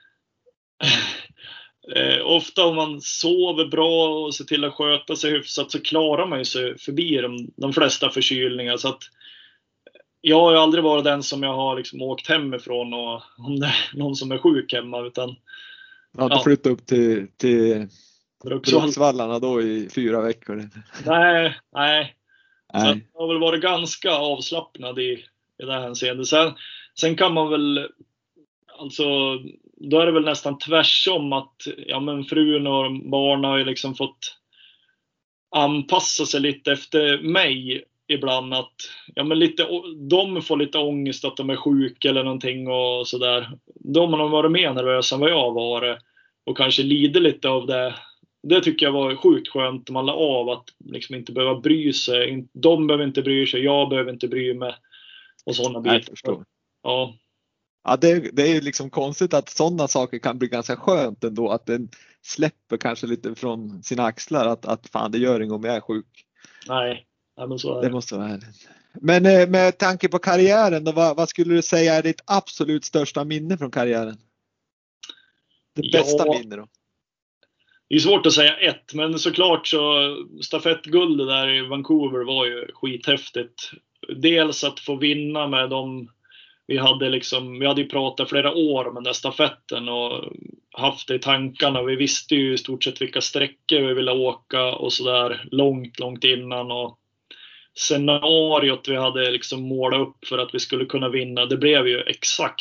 eh, ofta om man sover bra och ser till att sköta sig hyfsat så klarar man ju sig förbi de, de flesta förkylningar. Så att jag har ju aldrig varit den som jag har liksom åkt hemifrån och om det är någon som är sjuk hemma, utan ja, du flyttat upp till, till Bruksvallarna då i fyra veckor. Nej, nej. Så jag har väl varit ganska avslappnad i, i det här hänseendet. Sen, sen kan man väl, alltså, då är det väl nästan tvärsom att ja, men frun och barnen har ju liksom fått anpassa sig lite efter mig ibland. Att ja, men lite, de får lite ångest att de är sjuka eller någonting och sådär. De har varit mer nervösa än vad jag har varit och kanske lider lite av det. Det tycker jag var sjukt skönt, man la av att liksom inte behöva bry sig. De behöver inte bry sig, jag behöver inte bry mig. Och sådana bitar. Ja. Ja, det, det är ju liksom konstigt att sådana saker kan bli ganska skönt ändå. Att den släpper kanske lite från sina axlar. Att, att fan, det gör inget om jag är sjuk. Nej, ja, men så är det. Det måste vara härligt. Men med tanke på karriären då, vad, vad skulle du säga är ditt absolut största minne från karriären? Det bästa ja. minne då? Det är svårt att säga ett, men såklart så stafettguldet där i Vancouver var ju skithäftigt. Dels att få vinna med dem vi hade liksom, vi hade ju pratat flera år om den där stafetten och haft det i tankarna. Vi visste ju i stort sett vilka sträckor vi ville åka och sådär långt, långt innan, och scenariot vi hade liksom målat upp för att vi skulle kunna vinna, det blev ju exakt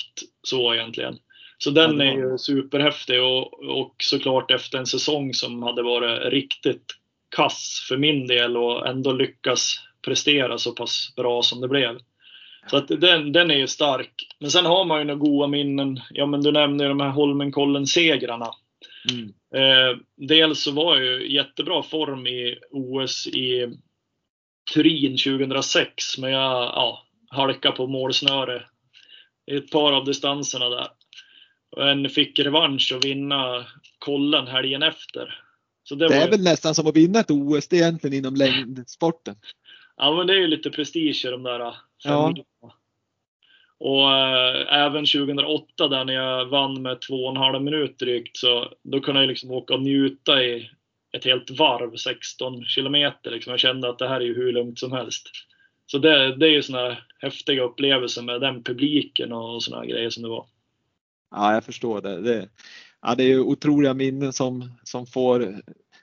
så egentligen. Så den Ja, är ju superhäftig och, och såklart efter en säsong som hade varit riktigt kass för min del och ändå lyckas prestera så pass bra som det blev. Så att den, den är ju stark. Men sen har man ju några goda minnen. Ja, men du nämnde ju de här Holmenkollen-segrarna. Mm. Eh, dels så var ju jättebra form i O S i Turin tjugohundrasex. Men jag ja, halkade på målsnöre i ett par av distanserna där. Och en fick revansch och vinna kollen helgen efter. Så det det var är ju... väl nästan som att vinna ett O S det egentligen inom längdsporten. Ja, men det är ju lite prestige i de där fem Ja. minuterna. Och äh, även tjugohundraåtta där när jag vann med två och en halv minut drygt, så då kunde jag liksom åka och njuta i ett helt varv, sexton kilometer liksom. Jag kände att det här är ju hur lugnt som helst. Så det, det är ju såna här häftiga upplevelser med den publiken och såna här grejer som det var. Ja, jag förstår det. det ja, det är ju otroliga minnen som, som får,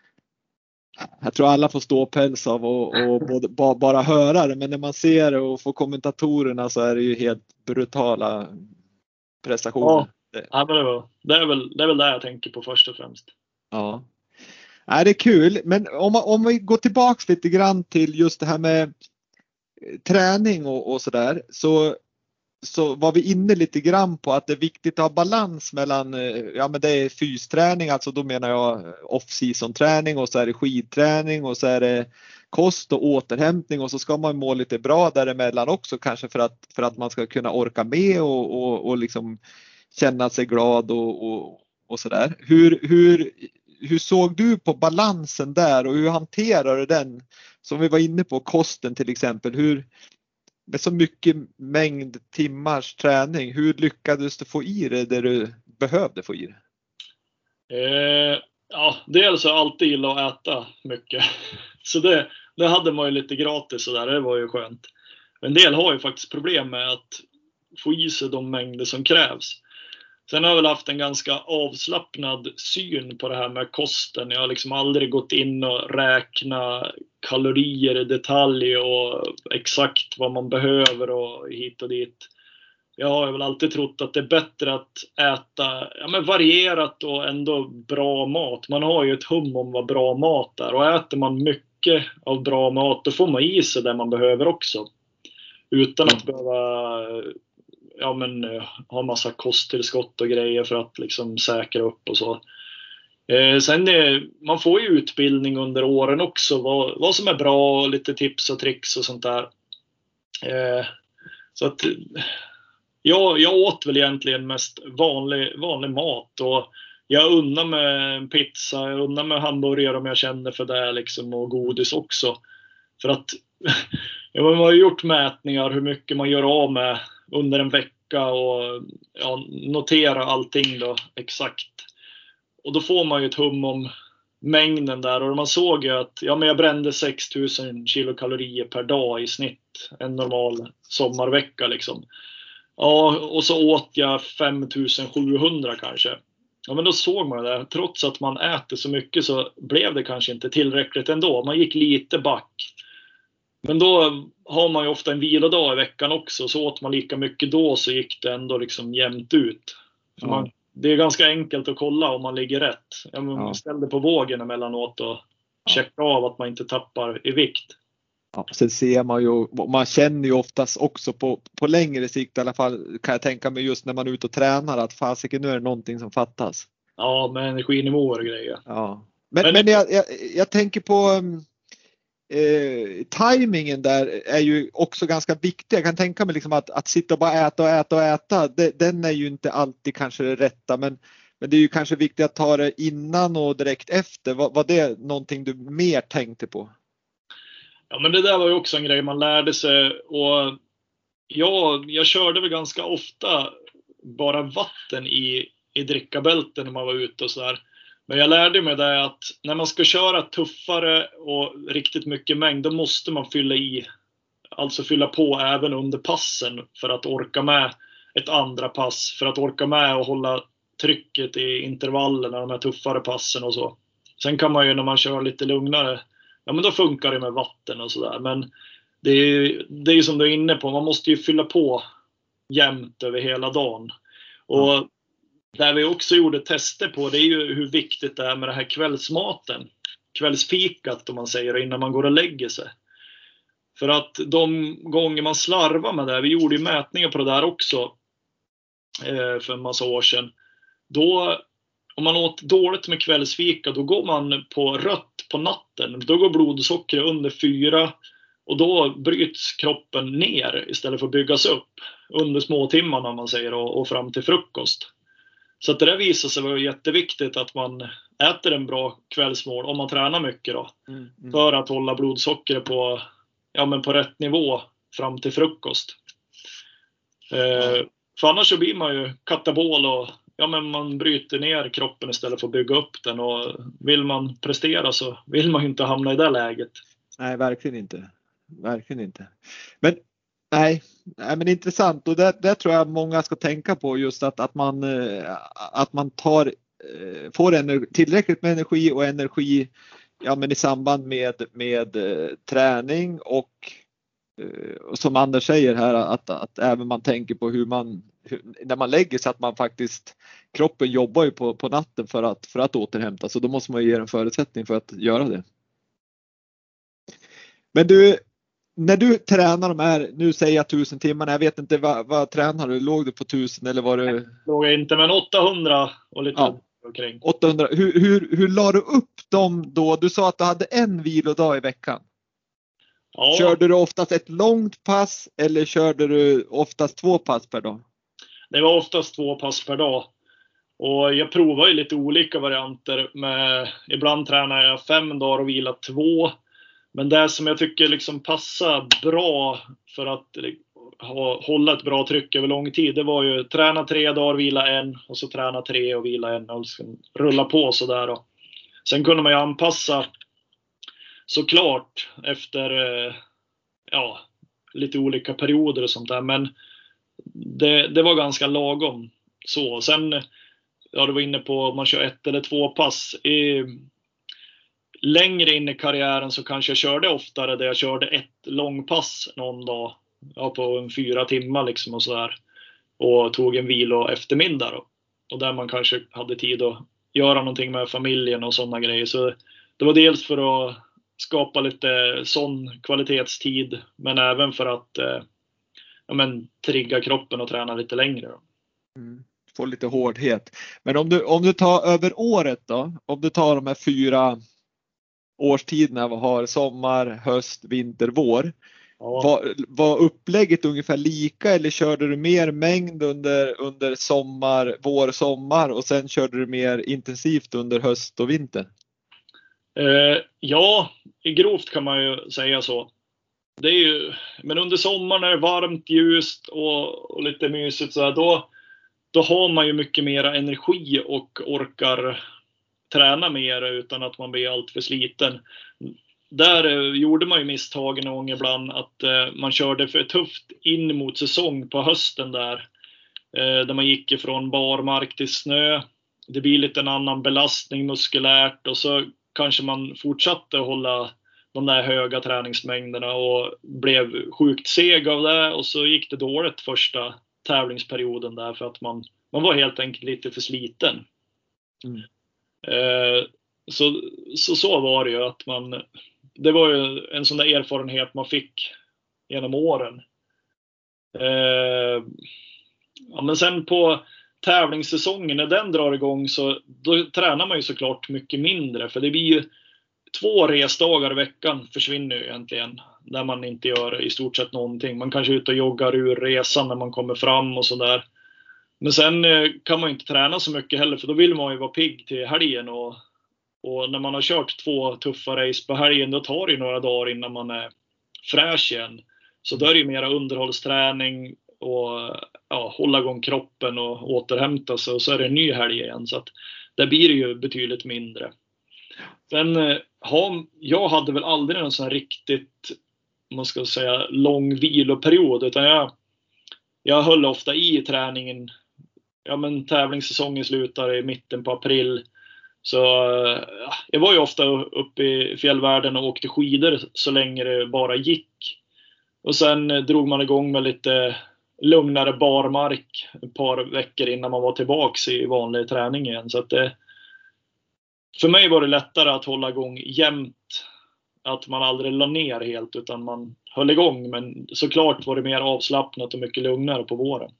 jag tror alla får stå päls av och, och både, ba, bara höra det, men när man ser det och får kommentatorerna så är det ju helt brutala prestationer. Ja, ja men det, var, det, är väl, det är väl det jag tänker på först och främst. Ja, ja det är kul. Men om, om vi går tillbaks lite grann till just det här med träning och, och sådär, så så var vi inne lite grann på att det är viktigt att ha balans mellan, ja men det är fysträning, alltså då menar jag off-season träning, och så är det skidträning, och så är det kost och återhämtning, och så ska man må lite bra däremellan också kanske för att, för att man ska kunna orka med och, och, och liksom känna sig glad och, och, och sådär. Hur, hur, hur såg du på balansen där och hur hanterar du den? Som vi var inne på, kosten till exempel, hur med så mycket mängd timmars träning, hur lyckades du få i det där du behövde få i det? Eh, ja, dels har jag alltid gillat att äta mycket. Så det, det hade man ju lite gratis och där, det var ju skönt. En del har ju faktiskt problem med att få i sig de mängder som krävs. Sen har jag väl haft en ganska avslappnad syn på det här med kosten. Jag har liksom aldrig gått in och räknat kalorier i detalj och exakt vad man behöver och hit och dit. Jag har väl alltid trott att det är bättre att äta ja, men varierat och ändå bra mat. Man har ju ett hum om vad bra mat är, och äter man mycket av bra mat då får man i sig det man behöver också. Utan att behöva ja, men, ha massa kosttillskott och grejer för att liksom säkra upp och så. Eh, sen eh, man får ju utbildning under åren också, vad, vad som är bra, lite tips och tricks och sånt där. Eh, så att jag, jag åt väl egentligen mest vanlig, vanlig mat, och jag unnar med en pizza, jag unnar med hamburgare om jag känner för det liksom, och godis också. För att ja, man har gjort mätningar hur mycket man gör av med under en vecka och ja, notera allting då exakt. Och då får man ju ett hum om mängden där, och man såg ju att ja, men jag brände sex tusen kilokalorier per dag i snitt en normal sommarvecka liksom. Ja, och så åt jag fem tusen sjuhundra kanske. Ja, men då såg man det. Trots att man äter så mycket så blev det kanske inte tillräckligt ändå. Man gick lite back. Men då har man ju ofta en vilodag i veckan också. Så åt man lika mycket då så gick det ändå liksom jämnt ut. För Ja. man, det är ganska enkelt att kolla om man ligger rätt. Ja, man Ja. ställde på vågen emellanåt och checka av att man inte tappar i vikt. Ja, sen ser man ju, man känner ju oftast också på, på längre sikt i alla fall, kan jag tänka mig, just när man är ute och tränar, att fasiken, nu är det någonting som fattas. Ja, med energinivåer och grejer. Ja. Men, Men- men jag, jag, jag tänker på eh, tajmingen där är ju också ganska viktig. Jag kan tänka mig liksom att, att sitta och bara äta och äta och äta, det, den är ju inte alltid kanske det rätta, men, men det är ju kanske viktigt att ta det innan och direkt efter. Var, var det någonting du mer tänkte på? Ja, men det där var ju också en grej man lärde sig, och jag, jag körde väl ganska ofta bara vatten i, i drickabälten när man var ute och sådär. Men jag lärde mig det att när man ska köra tuffare och riktigt mycket mängd, då måste man fylla i, alltså fylla på även under passen för att orka med ett andra pass, för att orka med och hålla trycket i intervallerna, de här tuffare passen och så. Sen kan man ju när man kör lite lugnare, ja men då funkar det med vatten och sådär. Men det är, det är ju som du är inne på, man måste ju fylla på jämnt över hela dagen. Och där vi också gjorde tester på, det är ju hur viktigt det är med det här kvällsmaten. Kvällsfikat om man säger, innan man går och lägger sig. För att de gånger man slarvar med det, vi gjorde ju mätningar på det där också eh, för en massa år sedan. Då, om man åt dåligt med kvällsfika, då går man på rött på natten. Då går blodsockret under fyra och då bryts kroppen ner istället för att byggas upp under småtimmarna, man säger, och, och fram till frukost. Så att det där visar sig vara jätteviktigt att man äter en bra kvällsmål om man tränar mycket då. Mm, mm. För att hålla blodsockret på, ja, men på rätt nivå fram till frukost. Eh, ja. För annars så blir man ju katabol och ja, men man bryter ner kroppen istället för att bygga upp den. Och vill man prestera så vill man ju inte hamna i det läget. Nej, verkligen inte. Verkligen inte. Men nej, nej men intressant. Och det, det tror jag många ska tänka på, just att, att man, att man tar, får energi, tillräckligt med energi och energi, ja, men i samband med, med träning och, och som Anders säger här, att, att även man tänker på hur man, hur, när man lägger sig, att man faktiskt, kroppen jobbar ju på, på natten för att, för att återhämta, så då måste man ge en förutsättning för att göra det. Men du, när du tränar de här, nu säger jag tusen timmarna, jag vet inte vad, vad tränar du, låg du på tusen eller var du? Låg jag inte, men åttahundra och lite ja, omkring. åttahundra, hur, hur, hur la du upp dem då? Du sa att du hade en vilodag i veckan. Ja. Körde du oftast ett långt pass eller körde du oftast två pass per dag? Det var oftast två pass per dag. Och jag provar ju lite olika varianter. Med, ibland tränar jag fem dagar och vilar två. Men det som jag tycker liksom passar bra för att ha, hålla ett bra tryck över lång tid, det var ju träna tre dagar, vila en, och så träna tre och vila en, och rulla på sådär då. Sen kunde man ju anpassa såklart efter ja, lite olika perioder och sånt där, men det, det var ganska lagom så. Sen, ja, du var inne på om man kör ett eller två pass. I, längre in i karriären så kanske jag körde oftare där jag körde ett långpass någon dag, ja, på en fyra timmar liksom och sådär, och tog en vilo eftermiddag då. Och där man kanske hade tid att göra någonting med familjen och sådana grejer. Så det var dels för att skapa lite sån kvalitetstid, men även för att eh, ja, men, trigga kroppen och träna lite längre då. Mm. Få lite hårdhet. Men om du, om du tar över året då, om du tar de här fyra årstiderna, vad har sommar, höst, vinter, vår. Ja. Var, var upplägget ungefär lika, eller körde du mer mängd under, under sommar, vår, sommar, och sen körde du mer intensivt under höst och vinter? Eh, ja, grovt kan man ju säga så. Det är ju, men under sommaren är det varmt, ljust och, och lite mysigt så här, då, då har man ju mycket mer energi och orkar träna mer utan att man blir allt för sliten. Där eh, gjorde man ju misstagen någon gång ibland att eh, man körde för tufft in mot säsong på hösten där. Eh, där man gick ifrån barmark till snö. Det blir lite en annan belastning muskulärt, och så kanske man fortsatte att hålla de där höga träningsmängderna och blev sjukt seg av det, och så gick det dåligt första tävlingsperioden där för att man, man var helt enkelt lite för sliten. Mm. Eh, så, så så var det ju att man, det var ju en sån där erfarenhet man fick genom åren. Eh, ja, men sen på tävlingssäsongen, när den drar igång, så då tränar man ju såklart mycket mindre, för det blir ju två resdagar i veckan försvinner ju egentligen, där man inte gör i stort sett någonting. Man kanske är ute och joggar ur resan när man kommer fram och sådär. Men sen kan man ju inte träna så mycket heller, för då vill man ju vara pigg till helgen, och, och när man har kört två tuffa race på helgen, då tar det ju några dagar innan man är fräsch igen. Så då är det ju mera underhållsträning och ja, hålla igång kroppen och återhämta sig, och så är det en ny helg igen, så att där blir det ju betydligt mindre. Sen ha, jag hade väl aldrig en sån här riktigt, man ska säga, lång viloperiod, utan jag, jag höll ofta i träningen. Ja, men tävlingssäsongen slutar i mitten på april, så ja, jag var ju ofta uppe i fjällvärlden och åkte skidor så länge det bara gick. Och sen drog man igång med lite lugnare barmark ett par veckor innan man var tillbaks i vanlig träning igen. Så att det, för mig var det lättare att hålla igång jämt. Att man aldrig la ner helt utan man höll igång. Men såklart var det mer avslappnat och mycket lugnare på våren.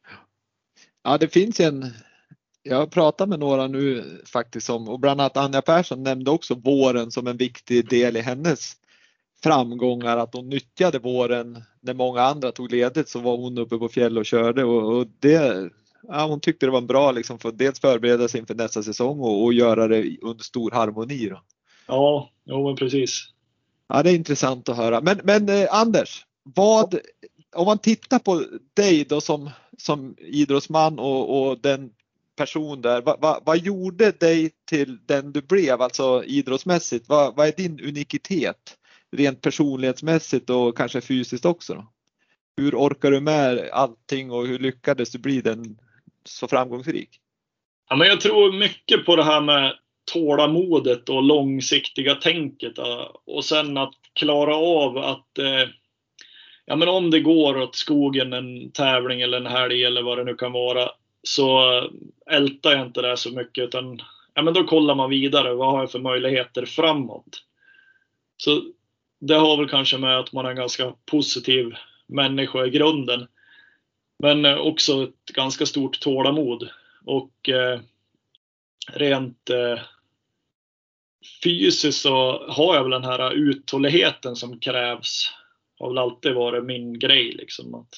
Ja, det finns en... Jag har pratat med några nu faktiskt om, och bland annat Anja Persson nämnde också våren som en viktig del i hennes framgångar. Att hon nyttjade våren när många andra tog ledigt, så var hon uppe på fjäll och körde. Och, och det, ja, hon tyckte det var bra liksom för att dels förbereda sig inför nästa säsong och, och göra det under stor harmoni då. Ja, jo, men precis. Ja, det är intressant att höra. Men, men eh, Anders, vad, om man tittar på dig då som, som idrottsman och, och den person där, vad, vad, vad gjorde dig till den du blev, alltså idrottsmässigt? Vad, vad är din unikitet rent personlighetsmässigt och kanske fysiskt också då? Hur orkar du med allting och hur lyckades du bli den så framgångsrik? Ja, men jag tror mycket på det här med tålamodet och långsiktiga tänket, och sen att klara av att eh, ja, men om det går åt skogen en tävling eller en helg eller vad det nu kan vara, så ältar jag inte det så mycket, utan ja, men då kollar man vidare, vad har jag för möjligheter framåt. Så det har väl kanske med att man är en ganska positiv människa i grunden, men också ett ganska stort tålamod. Och eh, rent eh, fysiskt så har jag väl den här uthålligheten som krävs. Har väl alltid varit min grej liksom, att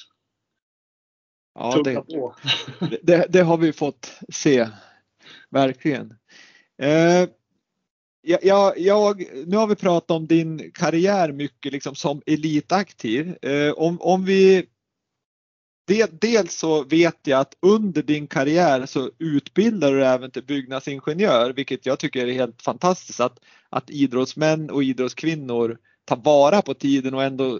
ja, det, det, det har vi fått se verkligen. Eh, jag, jag, nu har vi pratat om din karriär mycket liksom som elitaktiv. Eh, om, om vi det, dels så vet jag att under din karriär så utbildar du även till byggnadsingenjör, vilket jag tycker är helt fantastiskt, att, att idrottsmän och idrottskvinnor tar vara på tiden och ändå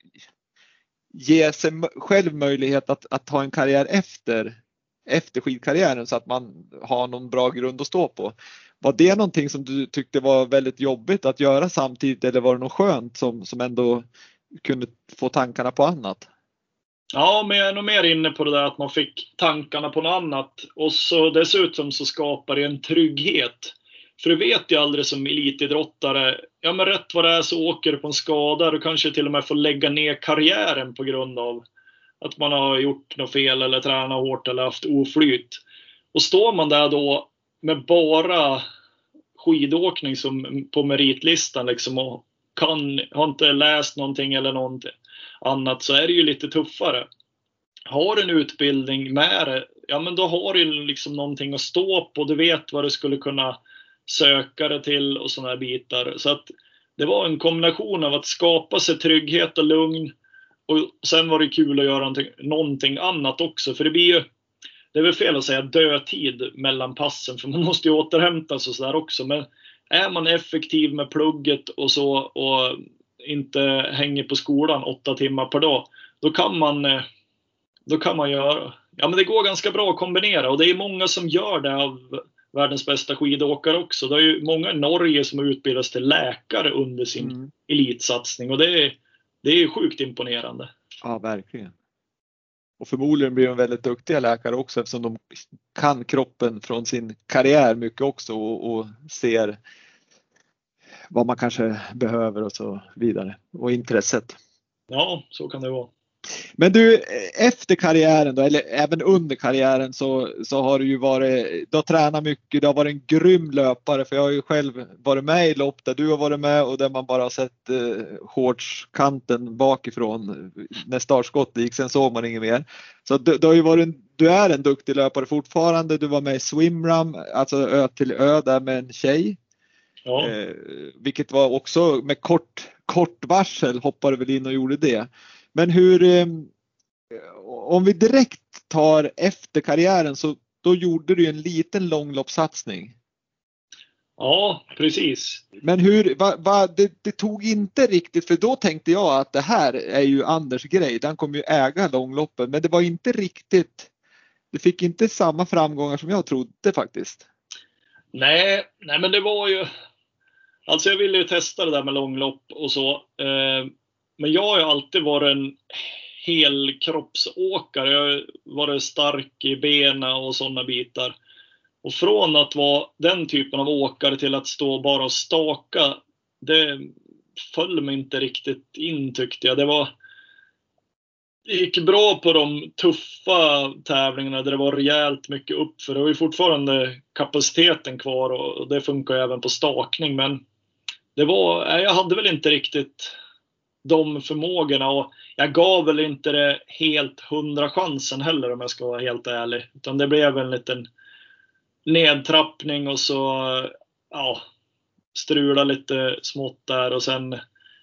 ge sig själv möjlighet att, att ha en karriär efter, efter skidkarriären så att man har någon bra grund att stå på. Var det någonting som du tyckte var väldigt jobbigt att göra samtidigt, eller var det något skönt som, som ändå kunde få tankarna på annat? Ja, men jag är nog mer inne på det där att man fick tankarna på något annat. Och så dessutom så skapar det en trygghet. För du vet ju aldrig som elitidrottare, ja men rätt vad det är så åker du på en skada. Du kanske till och med får lägga ner karriären på grund av att man har gjort något fel eller tränat hårt eller haft oflyt. Och står man där då med bara skidåkning som på meritlistan liksom, och kan, har inte läst någonting eller någonting annat, så är det ju lite tuffare. Har du en utbildning med det, ja men då har du liksom någonting att stå på. Du vet vad du skulle kunna söka det till och sådana här bitar. Så att det var en kombination av att skapa sig trygghet och lugn. Och sen var det kul att göra någonting, någonting annat också. För det blir ju, det är väl fel att säga dödtid mellan passen, för man måste ju återhämta sig och sådär också. Men är man effektiv med plugget och så och inte hänger på skolan åtta timmar per dag, då kan man då kan man göra, ja men det går ganska bra att kombinera, och det är många som gör det av världens bästa skidåkare också. Det är ju många i Norge som har utbildats till läkare under sin mm. elitsatsning, och det är, det är sjukt imponerande. Ja, verkligen. Och förmodligen blir de väldigt duktiga läkare också, eftersom de kan kroppen från sin karriär mycket också och, och ser vad man kanske behöver och så vidare. Och intresset. Ja, så kan det vara. Men du, efter karriären då, eller även under karriären, så, så har du ju varit, du har tränat mycket, du har varit en grym löpare, för jag har ju själv varit med i lopp där du har varit med och där man bara har sett eh, shortskanten bakifrån när startskottet gick, sen såg man inget mer. Så du, du har ju varit, du är en duktig löpare fortfarande, du var med i swimrun, alltså ö till ö där med en tjej. Ja. Eh, vilket var också med kort, kort varsel, hoppade väl in och gjorde det. Men hur, eh, om vi direkt tar efter karriären, så då gjorde du en liten långloppssatsning. Ja, precis. Men hur, va, va, det, det tog inte riktigt, för då tänkte jag att det här är ju Anders grej, den kommer ju äga långloppen, men det var inte riktigt, det fick inte samma framgångar som jag trodde faktiskt. Nej, nej men det var ju, alltså jag ville ju testa det där med långlopp och så, eh, men jag har ju alltid varit en helkroppsåkare. Jag har varit stark i benen och sådana bitar. Och från att vara den typen av åkare till att stå bara och staka, det föll mig inte riktigt in, tyckte jag. Det var det gick bra på de tuffa tävlingarna där det var rejält mycket upp, för det var ju fortfarande kapaciteten kvar och det funkar även på stakning, men det var, jag hade väl inte riktigt de förmågorna och jag gav väl inte det helt hundra chansen heller, om jag ska vara helt ärlig, utan det blev en liten nedtrappning och så ja, strula lite smått där och sen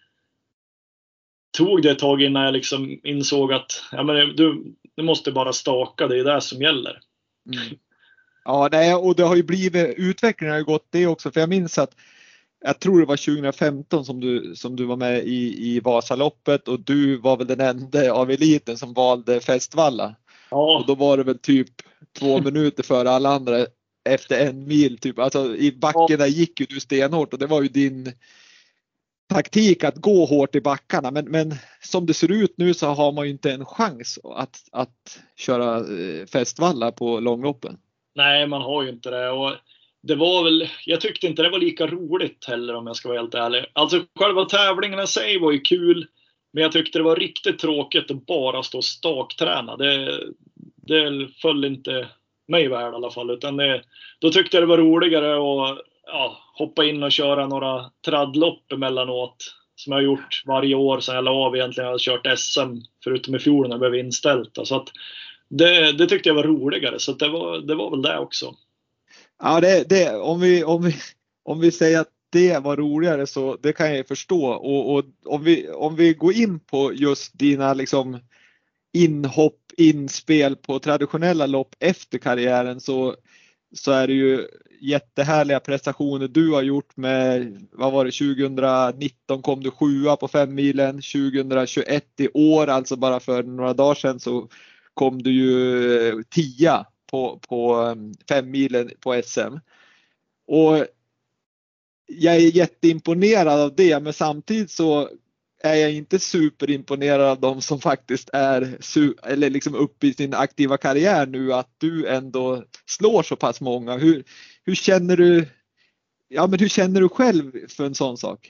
tog det ett tag innan jag liksom insåg att ja, men du, du måste bara staka, det är det som gäller. Mm. Ja, nej, och det har ju blivit, utvecklingen har ju gått det också, för jag minns att jag tror det var tjugo femton som du, som du var med i, i Vasaloppet och du var väl den enda av eliten som valde Festvalla. Ja. Och då var det väl typ två minuter före alla andra efter en mil typ. Alltså i backen där gick ju du stenhårt och det var ju din taktik att gå hårt i backarna, men, men som det ser ut nu så har man ju inte en chans att, att köra Festvalla på långloppen. Nej, man har ju inte det, och det var väl, jag tyckte inte det var lika roligt heller, om jag ska vara helt ärlig. Alltså själva tävlingarna i sig var ju kul, men jag tyckte det var riktigt tråkigt att bara stå och stakträna. Det, det föll inte mig värd i alla fall, utan det, då tyckte jag det var roligare att ja, hoppa in och köra några traddlopp emellanåt, som jag har gjort varje år sedan jag la av egentligen. Jag har kört S M förutom i fjol när det blev inställt. Så att det, det tyckte jag var roligare, så att det, var, det var väl det också. Ja, det, det, om, vi, om, vi, om vi säger att det var roligare, så det kan jag förstå. Och, och om, vi, om vi går in på just dina liksom inhopp, inspel på traditionella lopp efter karriären, så, så är det ju jättehärliga prestationer du har gjort med, vad var det, tjugonitton kom du sjua på fem milen, tjugohundratjugoett i år, alltså bara för några dagar sedan, så kom du ju tia på, på fem milen på S M. Och jag är jätteimponerad av det, men samtidigt så är jag inte superimponerad av de som faktiskt är eller liksom uppe i sin aktiva karriär nu, att du ändå slår så pass många. Hur, hur känner du, ja men hur känner du själv för en sån sak?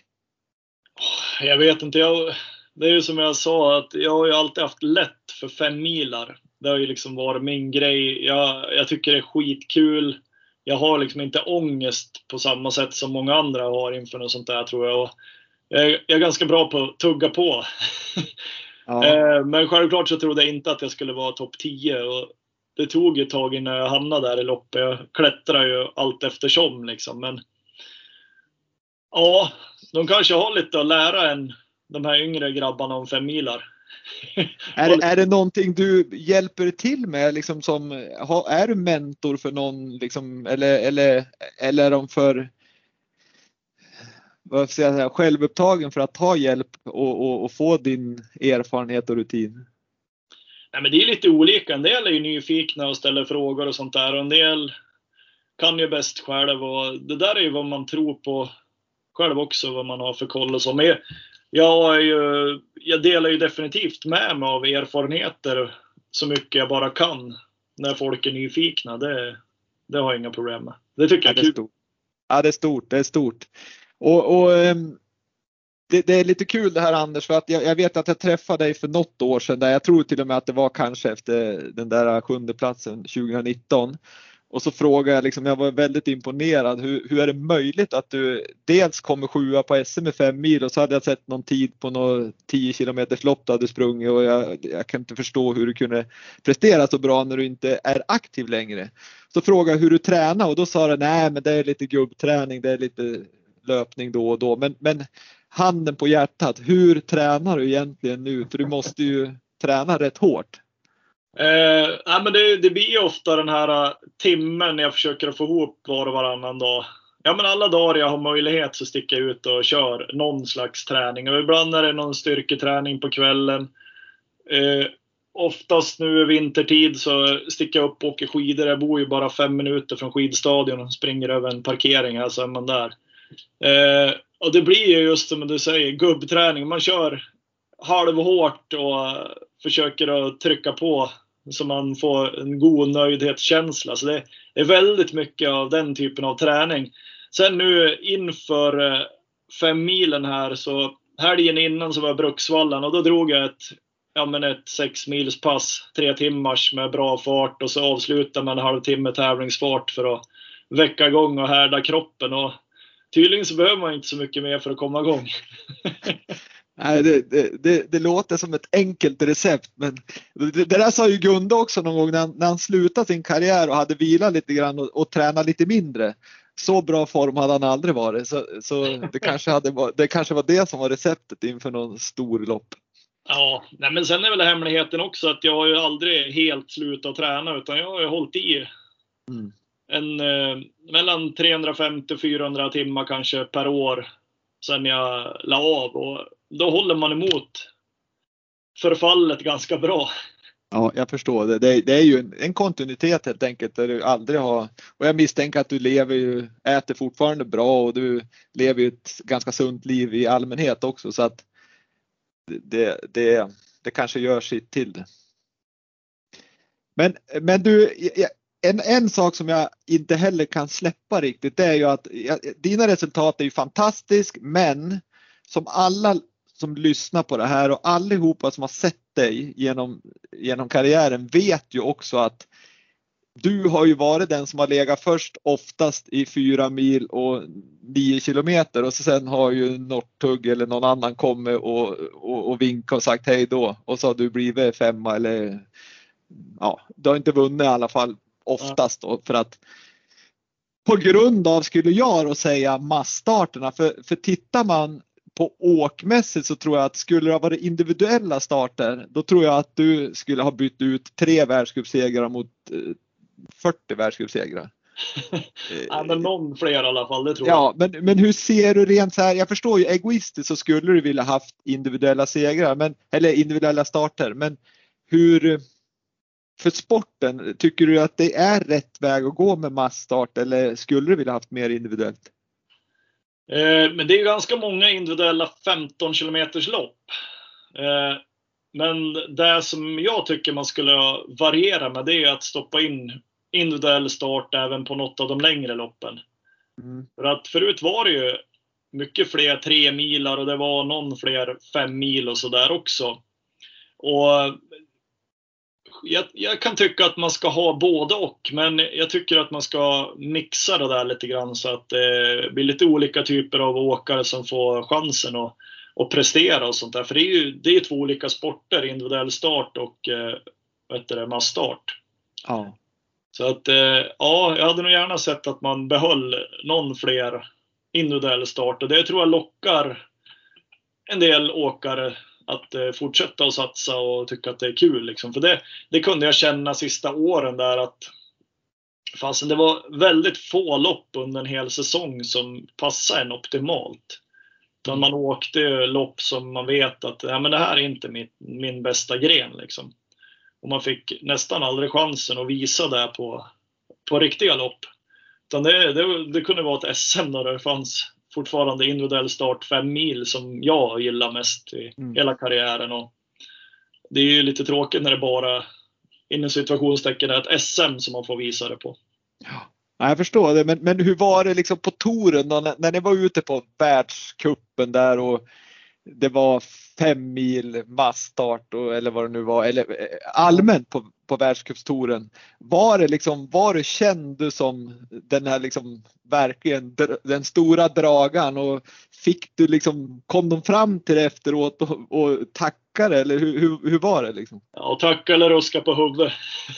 Jag vet inte, jag, det är ju som jag sa, att jag har ju alltid haft lätt för fem milar. Det har ju liksom varit min grej. Jag, jag tycker det är skitkul. Jag har liksom inte ångest på samma sätt som många andra har inför något sånt där, tror jag. Och jag, jag är ganska bra på att tugga på. Ja. Men självklart så trodde jag inte att jag skulle vara topp tio. Och det tog ett tag innan jag hamnade där i loppet. Jag klättrar ju allt eftersom liksom. Men ja, de kanske har lite att lära än de här yngre grabbarna om fem milar. Är det, är det någonting du hjälper till med liksom, som, är du mentor för någon liksom, eller, eller, eller är de för vad ska jag säga, självupptagen för att ta hjälp och, och, och få din erfarenhet och rutin? Nej, men det är lite olika. En del är ju nyfikna och ställer frågor och sånt där, och en del kan ju bäst själv, och det där är ju vad man tror på själv också, vad man har för koll och så. Men jag, är ju, jag delar ju definitivt med mig av erfarenheter så mycket jag bara kan när folk är nyfikna. Det, det har jag inga problem med. Det tycker jag är kul. Ja, det är stort. Det är stort. Och, och det, det är lite kul det här, Anders, för att jag, jag vet att jag träffade dig för något år sedan, där jag tror till och med att det var kanske efter den där sjunde platsen tjugonitton. Och så frågade jag, liksom, jag var väldigt imponerad, hur, hur är det möjligt att du dels kommer sjua på S M med fem mil, och så hade jag sett någon tid på någon tio kilometers lopp du hade sprungit, och jag, jag kan inte förstå hur du kunde prestera så bra när du inte är aktiv längre. Så frågade jag hur du tränar, och då sa du, nej men det är lite gubbträning, det är lite löpning då och då. Men, men handen på hjärtat, hur tränar du egentligen nu? För du måste ju träna rätt hårt. Eh, nej, men det, det blir ju ofta den här uh, timmen jag försöker att få ihop var och varannan dag. Ja, men alla dagar jag har möjlighet så sticker jag ut och kör någon slags träning. Och ibland är det någon styrketräning på kvällen. Eh, oftast nu i vintertid så sticker jag upp och åker skidor. Jag bor ju bara fem minuter från skidstadion och springer över en parkering här, så är man där. Eh, och det blir ju just som du säger, gubbträning. Man kör halvhårt och försöker att trycka på så man får en god nöjdhetskänsla. Så det är väldigt mycket av den typen av träning. Sen nu inför fem milen här, så helgen innan så var jag Bruksvallen och då drog jag ett, ja men ett sex mils pass, tre timmars med bra fart och så avslutar man en halvtimme tävlingsfart för att väcka igång och härda kroppen. Och tydligen så behöver man inte så mycket mer för att komma igång. Nej, det, det, det, det låter som ett enkelt recept, men det, det där sa ju Gunde också någon gång när han, när han slutade sin karriär och hade vilat lite grann och, och tränat lite mindre. Så bra form hade han aldrig varit, så, så det, kanske hade, det kanske var det som var receptet inför någon stor lopp. Ja, nej men sen är väl hemligheten också att jag har ju aldrig helt slutat träna, utan jag har ju hållit i mm. en eh, mellan trehundrafemtio och fyrahundra timmar kanske per år sen jag la av, och då håller man emot förfallet ganska bra. Ja, jag förstår det. Det, det är ju en, en kontinuitet helt enkelt där du aldrig har, och jag misstänker att du lever ju, äter fortfarande bra och du lever ju ett ganska sunt liv i allmänhet också, så att det, det, det kanske gör sitt till det. Men, men du, en, en sak som jag inte heller kan släppa riktigt, det är ju att dina resultat är ju fantastisk, men som alla som lyssnar på det här och allihopa som har sett dig genom, genom karriären vet ju också att du har ju varit den som har legat först oftast i fyra mil och nio kilometer, och så sen har ju Northug eller någon annan kommit och, och, och vinkat och sagt hej då, och så har du blivit femma eller ja, du har inte vunnit i alla fall oftast då, för att på grund av, skulle jag då säga, massstarterna, för, för tittar man på åkmässigt så tror jag att skulle det ha varit individuella starter, då tror jag att du skulle ha bytt ut tre världscupsegrar mot fyrtio världscupsegrar. Ja, men någon fler i alla fall, det tror ja, jag. Men, men hur ser du rent så här, jag förstår ju egoistiskt så skulle du vilja haft individuella segrar, men, eller individuella starter, men hur för sporten, tycker du att det är rätt väg att gå med massstart, eller skulle du vilja haft mer individuellt? Eh, men det är ju ganska många individuella femton kilometers lopp. Eh, men det som jag tycker man skulle variera med, det är att stoppa in individuell start även på något av de längre loppen. Mm. För att förut var det ju mycket fler tre milar och det var någon fler fem mil och så där också. Och jag, jag kan tycka att man ska ha både och, men jag tycker att man ska mixa det där lite grann så att det blir lite olika typer av åkare som får chansen att, att prestera och sånt där. För det är ju det är två olika sporter, individuell start och eh, vad heter det, massstart. Ja. Så att eh, ja, jag hade nog gärna sett att man behöll någon fler individuell start, och det tror jag lockar en del åkare att eh, fortsätta att satsa och tycka att det är kul liksom. För det, det kunde jag känna sista åren där att fastän det var väldigt få lopp under en hel säsong som passade en optimalt. Utan man åkte lopp som man vet att ja, men det här är inte min, min bästa gren liksom. Och man fick nästan aldrig chansen att visa det på, på riktiga lopp. Utan det, det, det kunde vara ett S M där det fanns fortfarande individuell start fem mil som jag gillar mest i mm. hela karriären. Och det är ju lite tråkigt när det bara inom situationstecken är ett S M som man får visa det på. Ja, jag förstår det, men, men hur var det liksom på touren då, när, när ni var ute på världscupen där och det var fem mil massstart och, eller vad det nu var, eller allmänt på, på världscupstouren. Var det liksom, var det känd du som den här liksom verkligen den stora dragan, och fick du liksom, kom de fram till det efteråt och, och tackade, eller hur, hur, hur var det liksom? Ja, tacka eller ruska på huvudet.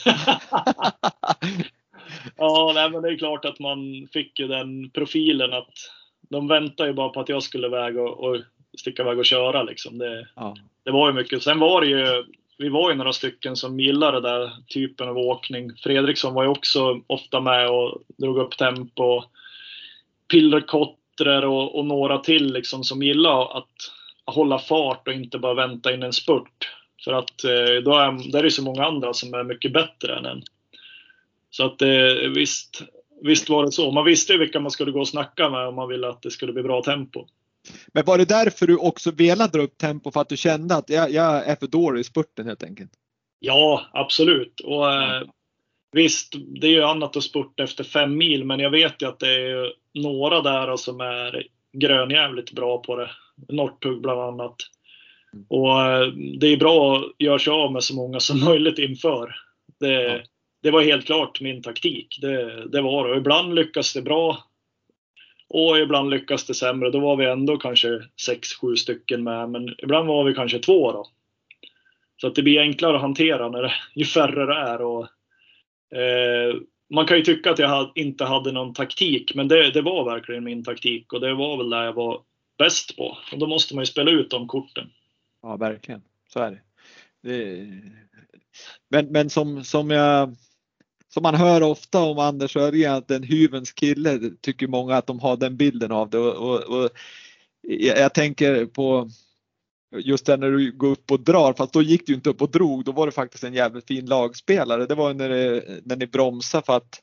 Ja, nej, men det är klart att man fick ju den profilen att de väntar ju bara på att jag skulle väga och, och sticka iväg och köra liksom. Det, ja. Det var ju mycket. Sen var det ju, vi var ju några stycken som gillade den där typen av åkning. Fredriksson var ju också ofta med och drog upp tempo. Pillerkottrer och, och några till liksom som gillar att hålla fart och inte bara vänta in en spurt. För att då är, där är det så många andra som är mycket bättre än en. Så att visst, visst var det så. Man visste ju vilka man skulle gå och snacka med om man ville att det skulle bli bra tempo. Men var det därför du också ville dra upp tempo, för att du kände att jag, jag är för dålig i spurten helt enkelt? Ja, absolut. Och ja. eh, visst, det är ju annat att spurta efter fem mil, men jag vet ju att det är några där som är grönjävligt bra på det. Northug bland annat. Mm. Och eh, det är bra att göra sig av med så många som möjligt inför. Det, ja. det var helt klart min taktik. Det, det var det. Och ibland lyckas det bra. Och ibland lyckas det sämre. Då var vi ändå kanske sex, sju stycken med. Men ibland var vi kanske två då. Så att det blir enklare att hantera när det, ju färre det är. Och, eh, man kan ju tycka att jag inte hade någon taktik. Men det, det var verkligen min taktik. Och det var väl det jag var bäst på. Och då måste man ju spela ut de korten. Ja, verkligen. Så är det. det men men som, som jag... Som man hör ofta om Anders Örjan, att en hyvens kille, tycker många att de har den bilden av det. Och, och, och jag, jag tänker på just det när du går upp och drar, fast då gick du inte upp och drog. Då var det faktiskt en jävligt fin lagspelare. Det var när, det, när ni bromsade för att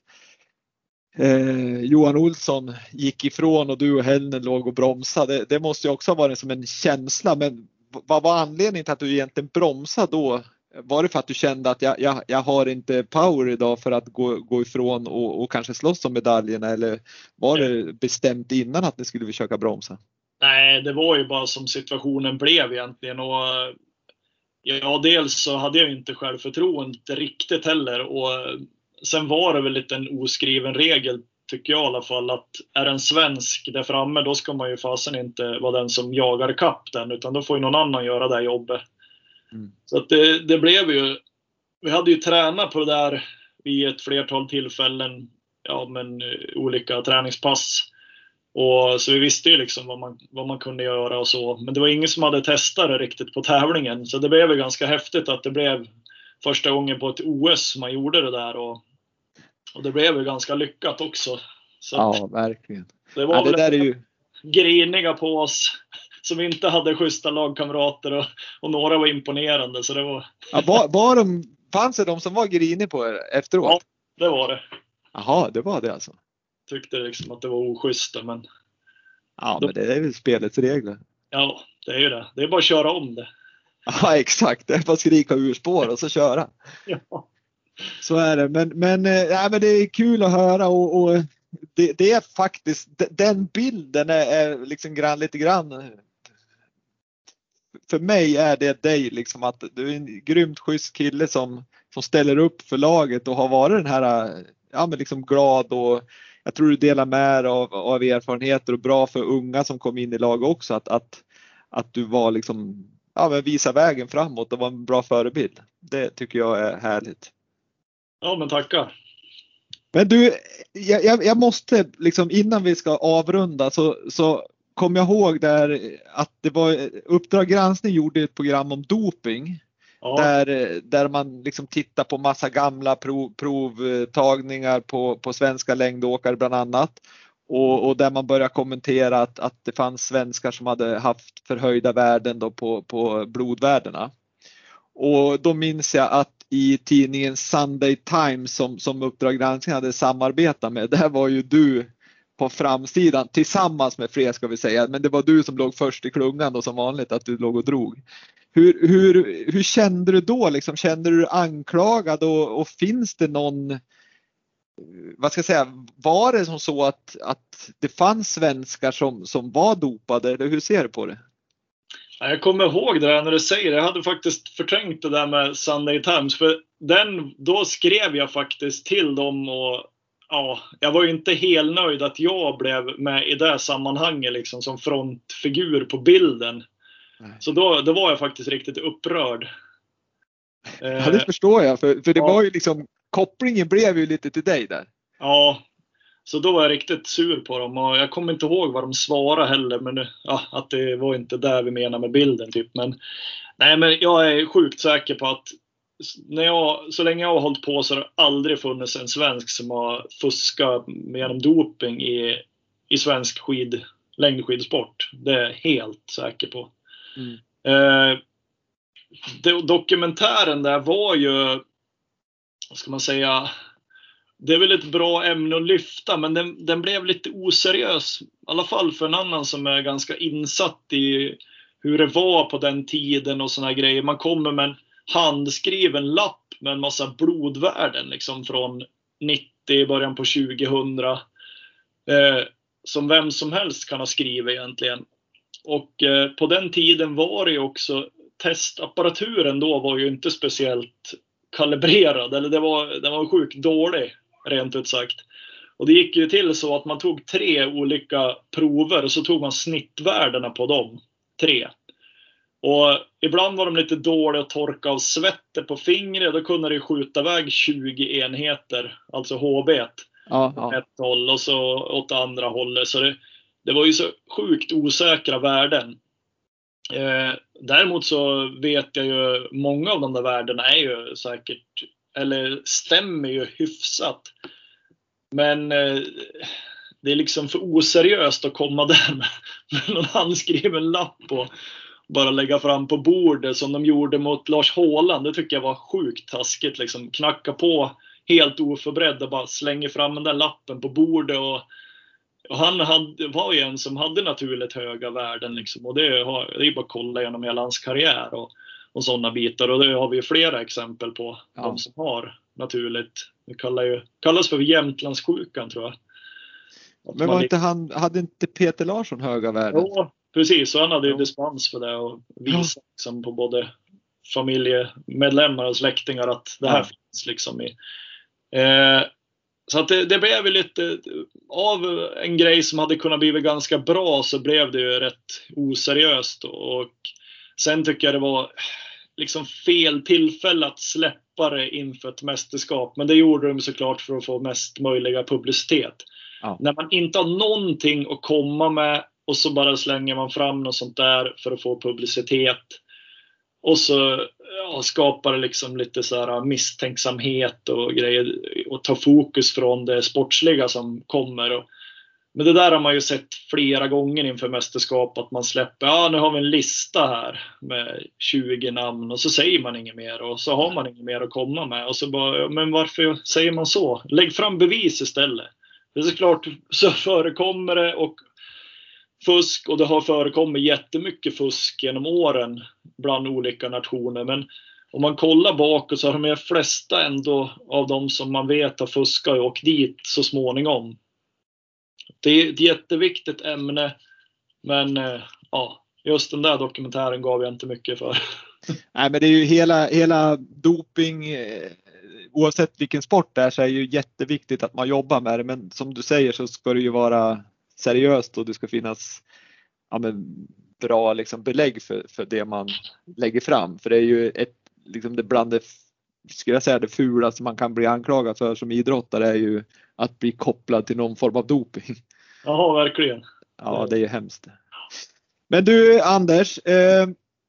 eh, Johan Olsson gick ifrån och du och Hellner låg och bromsade. Det, det måste ju också ha varit som en känsla. Men vad var anledningen till att du egentligen bromsade då? Var det för att du kände att jag, jag, jag har inte power idag för att gå, gå ifrån och, och kanske slåss om medaljerna? Eller var det bestämt innan att ni skulle försöka bromsa? Nej, det var ju bara som situationen blev egentligen. Och ja, dels så hade jag inte självförtroende riktigt heller. Och sen var det väl lite en oskriven regel, tycker jag i alla fall, att är en svensk där framme, då ska man ju fasen inte vara den som jagar kapp den, utan då får ju någon annan göra det jobbet. Mm. Så att det, det blev ju, vi hade ju tränat på det där vid ett flertal tillfällen, ja men olika träningspass, och så vi visste ju liksom vad man, vad man kunde göra och så, men det var ingen som hade testat det riktigt på tävlingen, så det blev ju ganska häftigt att det blev första gången på ett O S som man gjorde det där, och, och det blev ju ganska lyckat också. Så ja, verkligen. Det var ja, det väl där är ju griniga på oss som inte hade schyssta lagkamrater, och, och några var imponerande, så det var... Ja, var, var de, fanns det de som var griniga på er efteråt? Ja, det var det. Jaha, det var det alltså. Tyckte liksom att det var oschyssta, men... Ja, de... men det är väl spelets regler. Ja, det är ju det. Det är bara att köra om det. Ja, exakt. Det är bara att skrika ur spår och så köra. Ja. Så är det. Men, men, ja, men det är kul att höra, och, och det, det är faktiskt, den bilden är, är liksom grann, lite grann, för mig är det dig liksom, att du är en grymt schysst kille som, som ställer upp för laget och har varit den här, ja men liksom glad, och jag tror du delar med av, av erfarenheter, och bra för unga som kom in i laget också, att, att, att du var liksom, ja men visa vägen framåt och var en bra förebild. Det tycker jag är härligt. Ja, men tackar. Men du, jag, jag måste liksom, innan vi ska avrunda, så, så kom jag ihåg där att det var Uppdrag granskning gjorde ett program om doping. Ja. Där, där man liksom tittar på massa gamla prov, provtagningar på, på svenska längdåkare bland annat. Och, och där man börjar kommentera att, att det fanns svenskar som hade haft förhöjda värden då på, på blodvärdena. Och då minns jag att i tidningen Sunday Times som, som Uppdrag granskning hade samarbetat med, där var ju du på framsidan tillsammans med fler, ska vi säga. Men det var du som låg först i klungan, och som vanligt att du låg och drog. Hur, hur, hur kände du då? Liksom, kände du dig anklagad, och, och finns det någon, vad ska jag säga, var det som så att, att det fanns svenskar som, som var dopade, eller hur ser du på det? Jag kommer ihåg det där när du säger det. Jag hade faktiskt förträngt det där med Sunday Times, för den, då skrev jag faktiskt till dem, och ja, jag var ju inte helt nöjd att jag blev med i det sammanhanget liksom, som frontfigur på bilden. Nej. Så då, då var jag faktiskt riktigt upprörd. Ja, det förstår jag, för, för det ja. var ju liksom, kopplingen blev ju lite till dig där. Ja, så då var jag riktigt sur på dem, och jag kommer inte ihåg vad de svarade heller, men ja, att det var inte där vi menar med bilden typ. Men nej, men jag är sjukt säker på att när jag, så länge jag har hållit på, så har det aldrig funnits en svensk som har fuskat genom doping i, i svensk skid, längdskidsport. Det är jag helt säker på. Mm. Eh, det, dokumentären där var ju, vad ska man säga, det är väl ett bra ämne att lyfta, men den, den blev lite oseriös. I alla fall för en annan som är ganska insatt i hur det var på den tiden och såna grejer. Man kommer med en handskriven lapp med en massa blodvärden liksom från nittio i början på tjugohundra. Eh, som vem som helst kan ha skrivit egentligen. Och eh, på den tiden var det ju också, testapparaturen då var ju inte speciellt kalibrerad. Eller det var, den var sjukt dålig, rent ut sagt. Och det gick ju till så att man tog tre olika prover och så tog man snittvärdena på dem. Tre. Och ibland var de lite dåliga att torka av svettet på fingret. Då kunde det skjuta iväg tjugo enheter, alltså H B. Ja, ja. Ett håll och så åt andra hållet. Så det, det var ju så sjukt osäkra värden. Eh, däremot så vet jag ju, många av de där värdena är ju säkert, eller stämmer ju hyfsat. Men eh, det är liksom för oseriöst att komma där med, med någon handskriven lapp och bara lägga fram på bordet som de gjorde mot Lars Håland. Det tycker jag var sjukt taskigt. Liksom knacka på helt oförberedd och bara slänger fram den där lappen på bordet. Och, och han hade, var ju en som hade naturligt höga värden. Liksom. Och det, har, det är bara att kolla genom hela hans karriär och, och sådana bitar. Och det har vi ju flera exempel på. Ja. De som har naturligt. Det kallar ju, kallas för Jämtlandssjukan, tror jag. Att Men var inte han, hade inte Peter Larsson höga värden? Ja, precis. Så han hade ju dispens för det och visat ja. liksom, på både familjemedlemmar och släktingar att det här ja. finns liksom i. Eh, så att det, det blev lite av en grej som hade kunnat bli ganska bra, så blev det ju rätt oseriöst. Och sen tycker jag det var liksom fel tillfälle att släppa det inför ett mästerskap. Men det gjorde de såklart för att få mest möjliga publicitet. Ja. När man inte har någonting att komma med och så bara slänger man fram något sånt där för att få publicitet. Och så ja, skapar det liksom lite så här misstänksamhet och grejer och ta fokus från det sportsliga som kommer. Och, men det där har man ju sett flera gånger inför mästerskap, att man släpper, ja nu har vi en lista här med tjugo namn och så säger man inget mer och så har man inget mer att komma med. Och så bara, men varför säger man så? Lägg fram bevis istället. Det är såklart så förekommer det och fusk, och det har förekommit jättemycket fusk genom åren bland olika nationer. Men om man kollar bakåt så har de flesta ändå av de som man vet har fuskat och åkt dit så småningom. Det är ett jätteviktigt ämne, men ja, just den där dokumentären gav jag inte mycket för. Nej, men det är ju hela, hela doping, oavsett vilken sport det är, så är det ju jätteviktigt att man jobbar med det. Men som du säger så ska det ju vara seriöst och det ska finnas ja, men, bra liksom, belägg för, för det man lägger fram. För det är ju ett, liksom, det bland det, skulle jag säga, det fula som man kan bli anklagad för som idrottare är ju att bli kopplad till någon form av doping. Ja, verkligen. Ja, det är ju hemskt. Men du Anders, eh,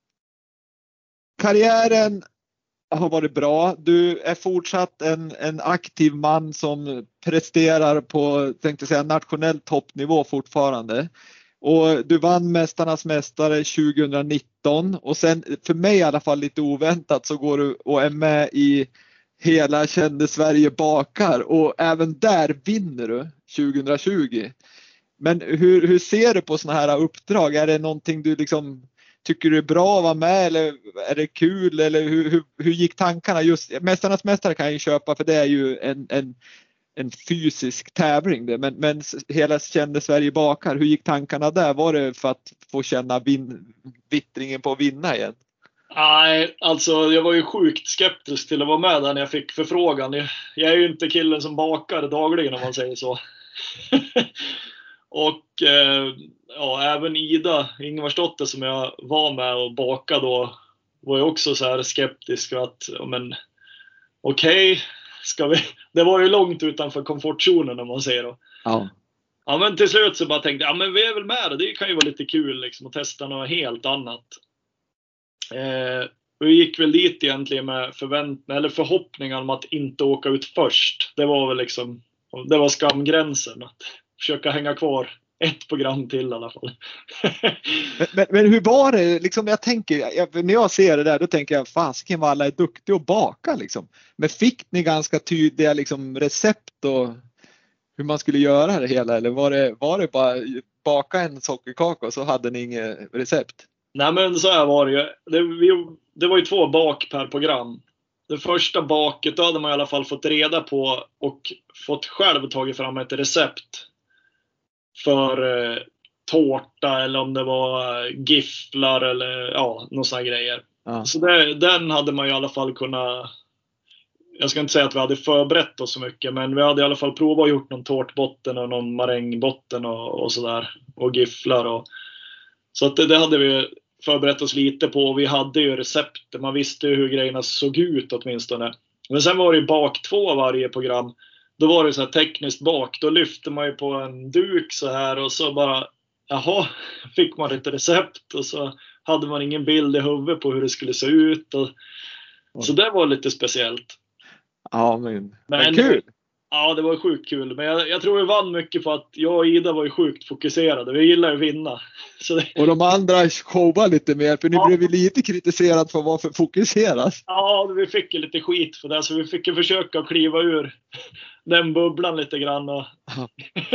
karriären har varit bra. Du är fortsatt en, en aktiv man som presterar på, tänkte säga, nationell toppnivå fortfarande. Och du vann Mästarnas mästare tjugonitton och sen för mig i alla fall lite oväntat så går du och är med i Hela Kände Sverige bakar och även där vinner du tjugotjugo. Men hur, hur ser du på såna här uppdrag? Är det någonting du liksom tycker du är bra att vara med, eller är det kul, eller hur, hur, hur gick tankarna? Just Mästarnas mästare kan jag ju köpa för det är ju en, en, en fysisk tävling det. Men, men Hela Kände Sverige bakar, hur gick tankarna där? Var det för att få känna vin, vittringen på att vinna igen? Nej, alltså jag var ju sjukt skeptisk till att vara med där när jag fick förfrågan. Jag är ju inte killen som bakar dagligen om man säger så. Och eh, ja, även Ida Ingvarsdotter som jag var med och bakade då var ju också så här skeptisk att men okej, okay, ska vi, det var ju långt utanför komfortzonen om man säger då. Ja. Ja, men till slut så bara tänkte jag, ja men vi är väl med, det kan ju vara lite kul liksom att testa något helt annat. Eh, vi gick väl dit egentligen med förväntningar eller förhoppningar om att inte åka ut först. Det var väl liksom, det var skamgränsen att försöka hänga kvar ett program till i alla fall. men, men, men hur var det? Liksom, jag tänker, jag, när jag ser det där då tänker jag fasiken vad alla är duktiga att baka. Liksom. Men fick ni ganska tydliga liksom, recept och hur man skulle göra det hela? Eller var det, var det bara baka en sockerkaka och så hade ni inget recept? Nej men så här var det ju. Det, vi, det var ju två bak per program. Det första baket då hade man i alla fall fått reda på och fått själv tagit fram ett recept för eh, tårta eller om det var gifflar eller ja, några sådana grejer. Ja. Så det, den hade man i alla fall kunnat, jag ska inte säga att vi hade förberett oss så mycket, men vi hade i alla fall provat och gjort någon tårtbotten och någon marängbotten och, och sådär. Och gifflar och så att det, det hade vi förberett oss lite på och vi hade ju recept. Man visste ju hur grejerna såg ut åtminstone. Men sen var det ju bak två varje program. Då var det så här tekniskt bak. Då lyfte man ju på en duk så här och så bara, jaha, fick man ett recept och så hade man ingen bild i huvudet på hur det skulle se ut. Och, så det var lite speciellt. Ja, men, men, men kul! Ja, det var sjukt kul. Men jag, jag tror vi vann mycket för att jag och Ida var ju sjukt fokuserade. Vi gillar ju att vinna. Så det... Och de andra showade lite mer, för ni ja. blev ju lite kritiserad för att vara för fokuserad. Ja, vi fick ju lite skit för det. Så vi fick ju försöka kliva ur den bubblan lite grann. Och... Ja.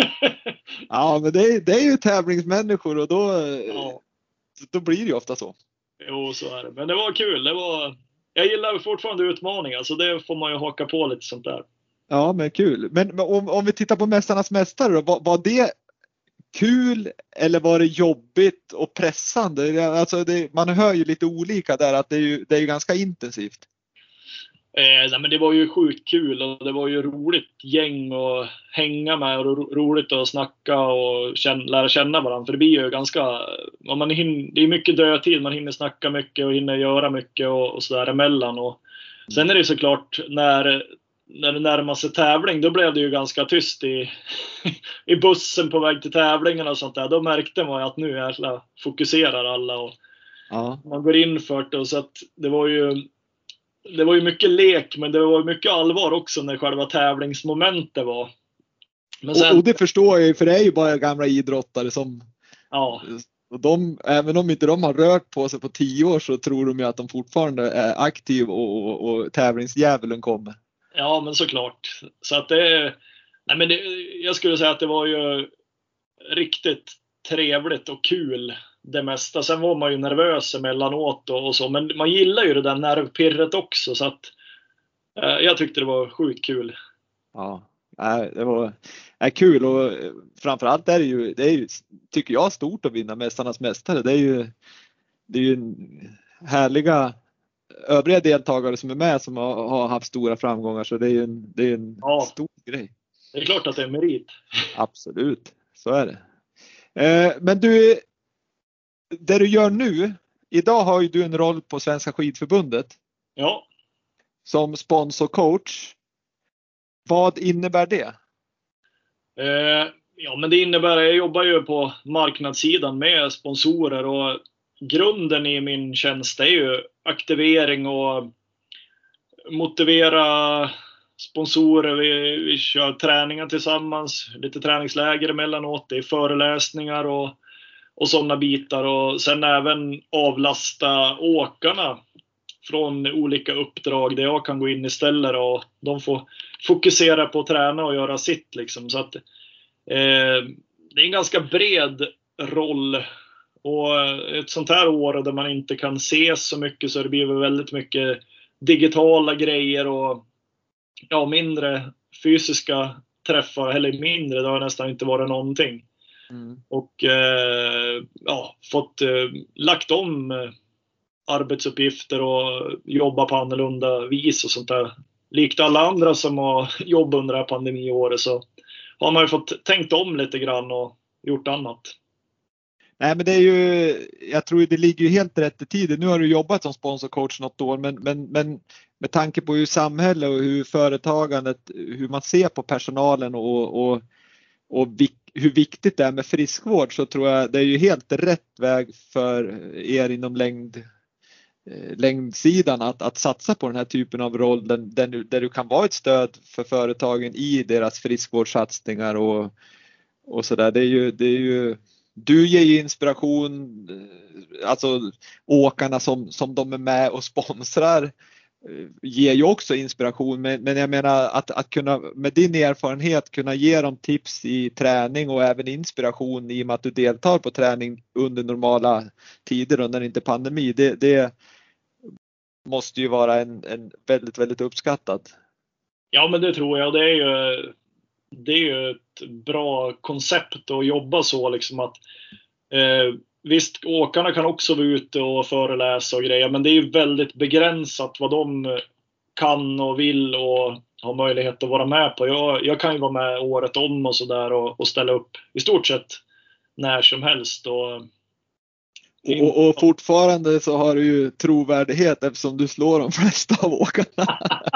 ja, men det är, det är ju tävlingsmänniskor och då, ja. då blir det ju ofta så. Jo, så är det. Men det var kul. Det var... Jag gillar fortfarande utmaningar, så det får man ju haka på lite sånt där. Ja, men kul. Men, men om, om vi tittar på Mästarnas mästare då, var, var det kul eller var det jobbigt och pressande? Alltså det, man hör ju lite olika där att det är ju, det är ju ganska intensivt. Eh, nej, men det var ju sjukt kul och det var ju roligt gäng att hänga med och ro, roligt att snacka och känna, lära känna varandra. För det blir ju ganska, om man hinner, det är mycket dödtid, man hinner snacka mycket och hinner göra mycket och, och sådär emellan. Och sen är det såklart när när det närmade sig tävling, då blev det ju ganska tyst i, i bussen på väg till tävlingen och sånt där. Då märkte man ju att nu jävla fokuserar alla och ja. Man går in för det. Och så att det var ju det var ju mycket lek, men det var mycket allvar också när själva tävlingsmomentet var. Men sen, och, och det förstår jag ju, för det är ju bara gamla idrottare som ja. Och de, även om inte de har rört på sig på tio år så tror de ju att de fortfarande är aktiv och, och, och tävlingsdjävulen kommer. Ja, men såklart. Så att det, nej men det, jag skulle säga att det var ju riktigt trevligt och kul det mesta. Sen var man ju nervös emellanåt och, och så, men man gillar ju det där nervpirret också, så att eh, jag tyckte det var sjukt kul. Ja, det var är kul och framförallt är det ju, det är ju, tycker jag, stort att vinna Mästarnas mästare. Det är ju, det är ju härliga övriga deltagare som är med som har, har haft stora framgångar, så det är ju en, det är en ja, stor grej. Det är klart att det är merit. Absolut, så är det. Eh, men du, det du gör nu, idag har ju du en roll på Svenska skidförbundet. Ja. Som sponsorcoach. Vad innebär det? Eh, ja, men det innebär, jag jobbar ju på marknadssidan med sponsorer och grunden i min tjänst är ju aktivering och motivera sponsorer. Vi, vi kör träningar tillsammans, lite träningsläger emellanåt, det är föreläsningar och, och sådana bitar. Och sen även avlasta åkarna från olika uppdrag där jag kan gå in istället och de får fokusera på att träna och göra sitt liksom. Så att eh, det är en ganska bred roll. Och ett sånt här år där man inte kan se så mycket, så det blir väldigt mycket digitala grejer och ja, mindre fysiska träffar, eller mindre, det har nästan inte varit någonting. Mm. Och eh, ja, fått eh, lagt om eh, arbetsuppgifter och jobba på annorlunda vis och sånt där. Likt alla andra som har jobbat under det här pandemiåret så har man ju fått tänkt om lite grann och gjort annat. Nej, men det är ju, jag tror det ligger ju helt rätt i tiden. Nu har du jobbat som sponsorcoach något år, men, men, men med tanke på hur samhället och hur företagandet, hur man ser på personalen och, och, och vik, hur viktigt det är med friskvård, så tror jag det är ju helt rätt väg för er inom längd, längdsidan att, att satsa på den här typen av roll där, där, du, där du kan vara ett stöd för företagen i deras friskvårdssatsningar och och så där. Det är ju, det är ju, du ger ju inspiration, alltså åkarna som, som de är med och sponsrar ger ju också inspiration, men, men jag menar att, att kunna med din erfarenhet kunna ge dem tips i träning och även inspiration i och med att du deltar på träning under normala tider och när det inte är pandemi, det, det måste ju vara en, en väldigt, väldigt uppskattat. Ja, men det tror jag. Det är ju, det är ju ett bra koncept att jobba så liksom att eh, visst, åkarna kan också vara ute och föreläsa och grejer, men det är ju väldigt begränsat vad de kan och vill och har möjlighet att vara med på. Jag, jag kan ju vara med året om och sådär och, och ställa upp i stort sett när som helst. Och, och, och fortfarande så har du ju trovärdighet eftersom du slår de flesta av åkarna.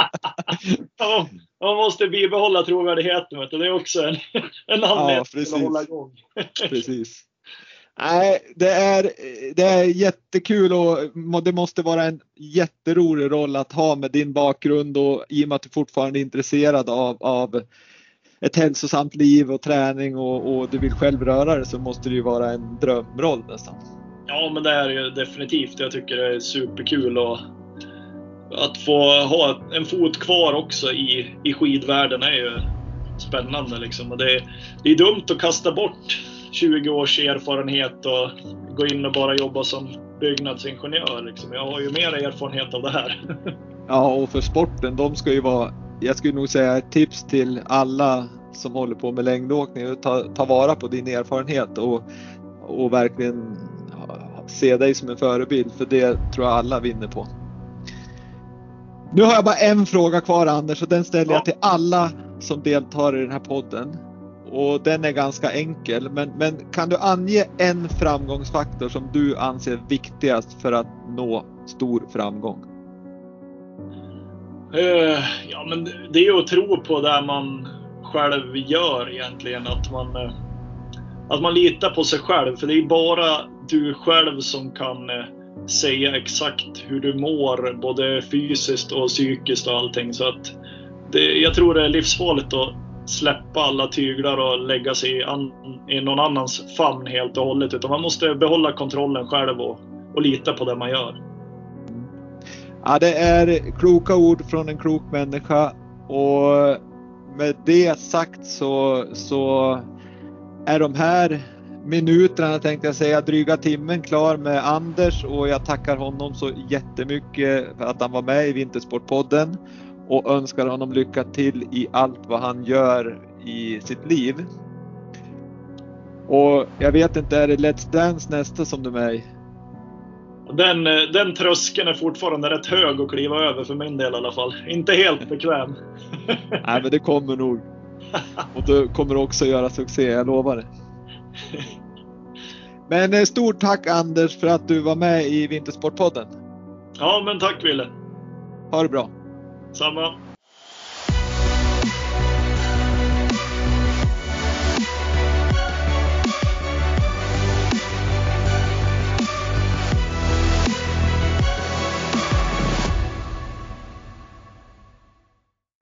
Ja, man måste bibehålla trovärdigheten, vet du. Det är också en, en anledning ja, till att hålla igång. Precis. Nej, det är, det är jättekul och det måste vara en jätterolig roll att ha med din bakgrund och i och med att du fortfarande är intresserad av, av ett hälsosamt liv och träning och, och du vill själv röra dig, så måste det ju vara en drömroll nästan. Ja, men det är ju definitivt. Jag tycker det är superkul och att få ha en fot kvar också i, i skidvärlden är ju spännande liksom. Och det, det är dumt att kasta bort tjugo års erfarenhet och gå in och bara jobba som byggnadsingenjör liksom. Jag har ju mer erfarenhet av det här. Ja, och för sporten, de ska ju vara, jag skulle nog säga ett tips till alla som håller på med längdåkning, ta, ta vara på din erfarenhet och, och verkligen se dig som en förebild, för det tror jag alla vinner på. Nu har jag bara en fråga kvar, Anders, och den ställer jag till alla som deltar i den här podden. Och den är ganska enkel, men, men kan du ange en framgångsfaktor som du anser viktigast för att nå stor framgång? Uh, ja, men det är ju att tro på det man själv gör egentligen. Att man, uh, att man litar på sig själv. För det är bara du själv som kan uh, säga exakt hur du mår, både fysiskt och psykiskt och allting. Så att det, jag tror det är livsfarligt att släppa alla tyglar och lägga sig i, an, i någon annans famn helt och hållet, utan man måste behålla kontrollen själv och, och lita på det man gör. Ja, det är kloka ord från en klok människa, och med det sagt så, så är de här minuterna, tänkte jag säga, dryga timmen klar med Anders, och jag tackar honom så jättemycket för att han var med i Vintersportpodden och önskar honom lycka till i allt vad han gör i sitt liv. Och jag vet inte, är det Let's Dance nästa som du är med i? Den, den tröskeln är fortfarande rätt hög att kliva över för min del i alla fall. Inte helt bekväm. Nej, men det kommer nog. Och du kommer också göra succé, jag lovar det. Men stort tack, Anders, för att du var med i Vintersportpodden. Ja, men tack Wille. Ha det bra. Samma.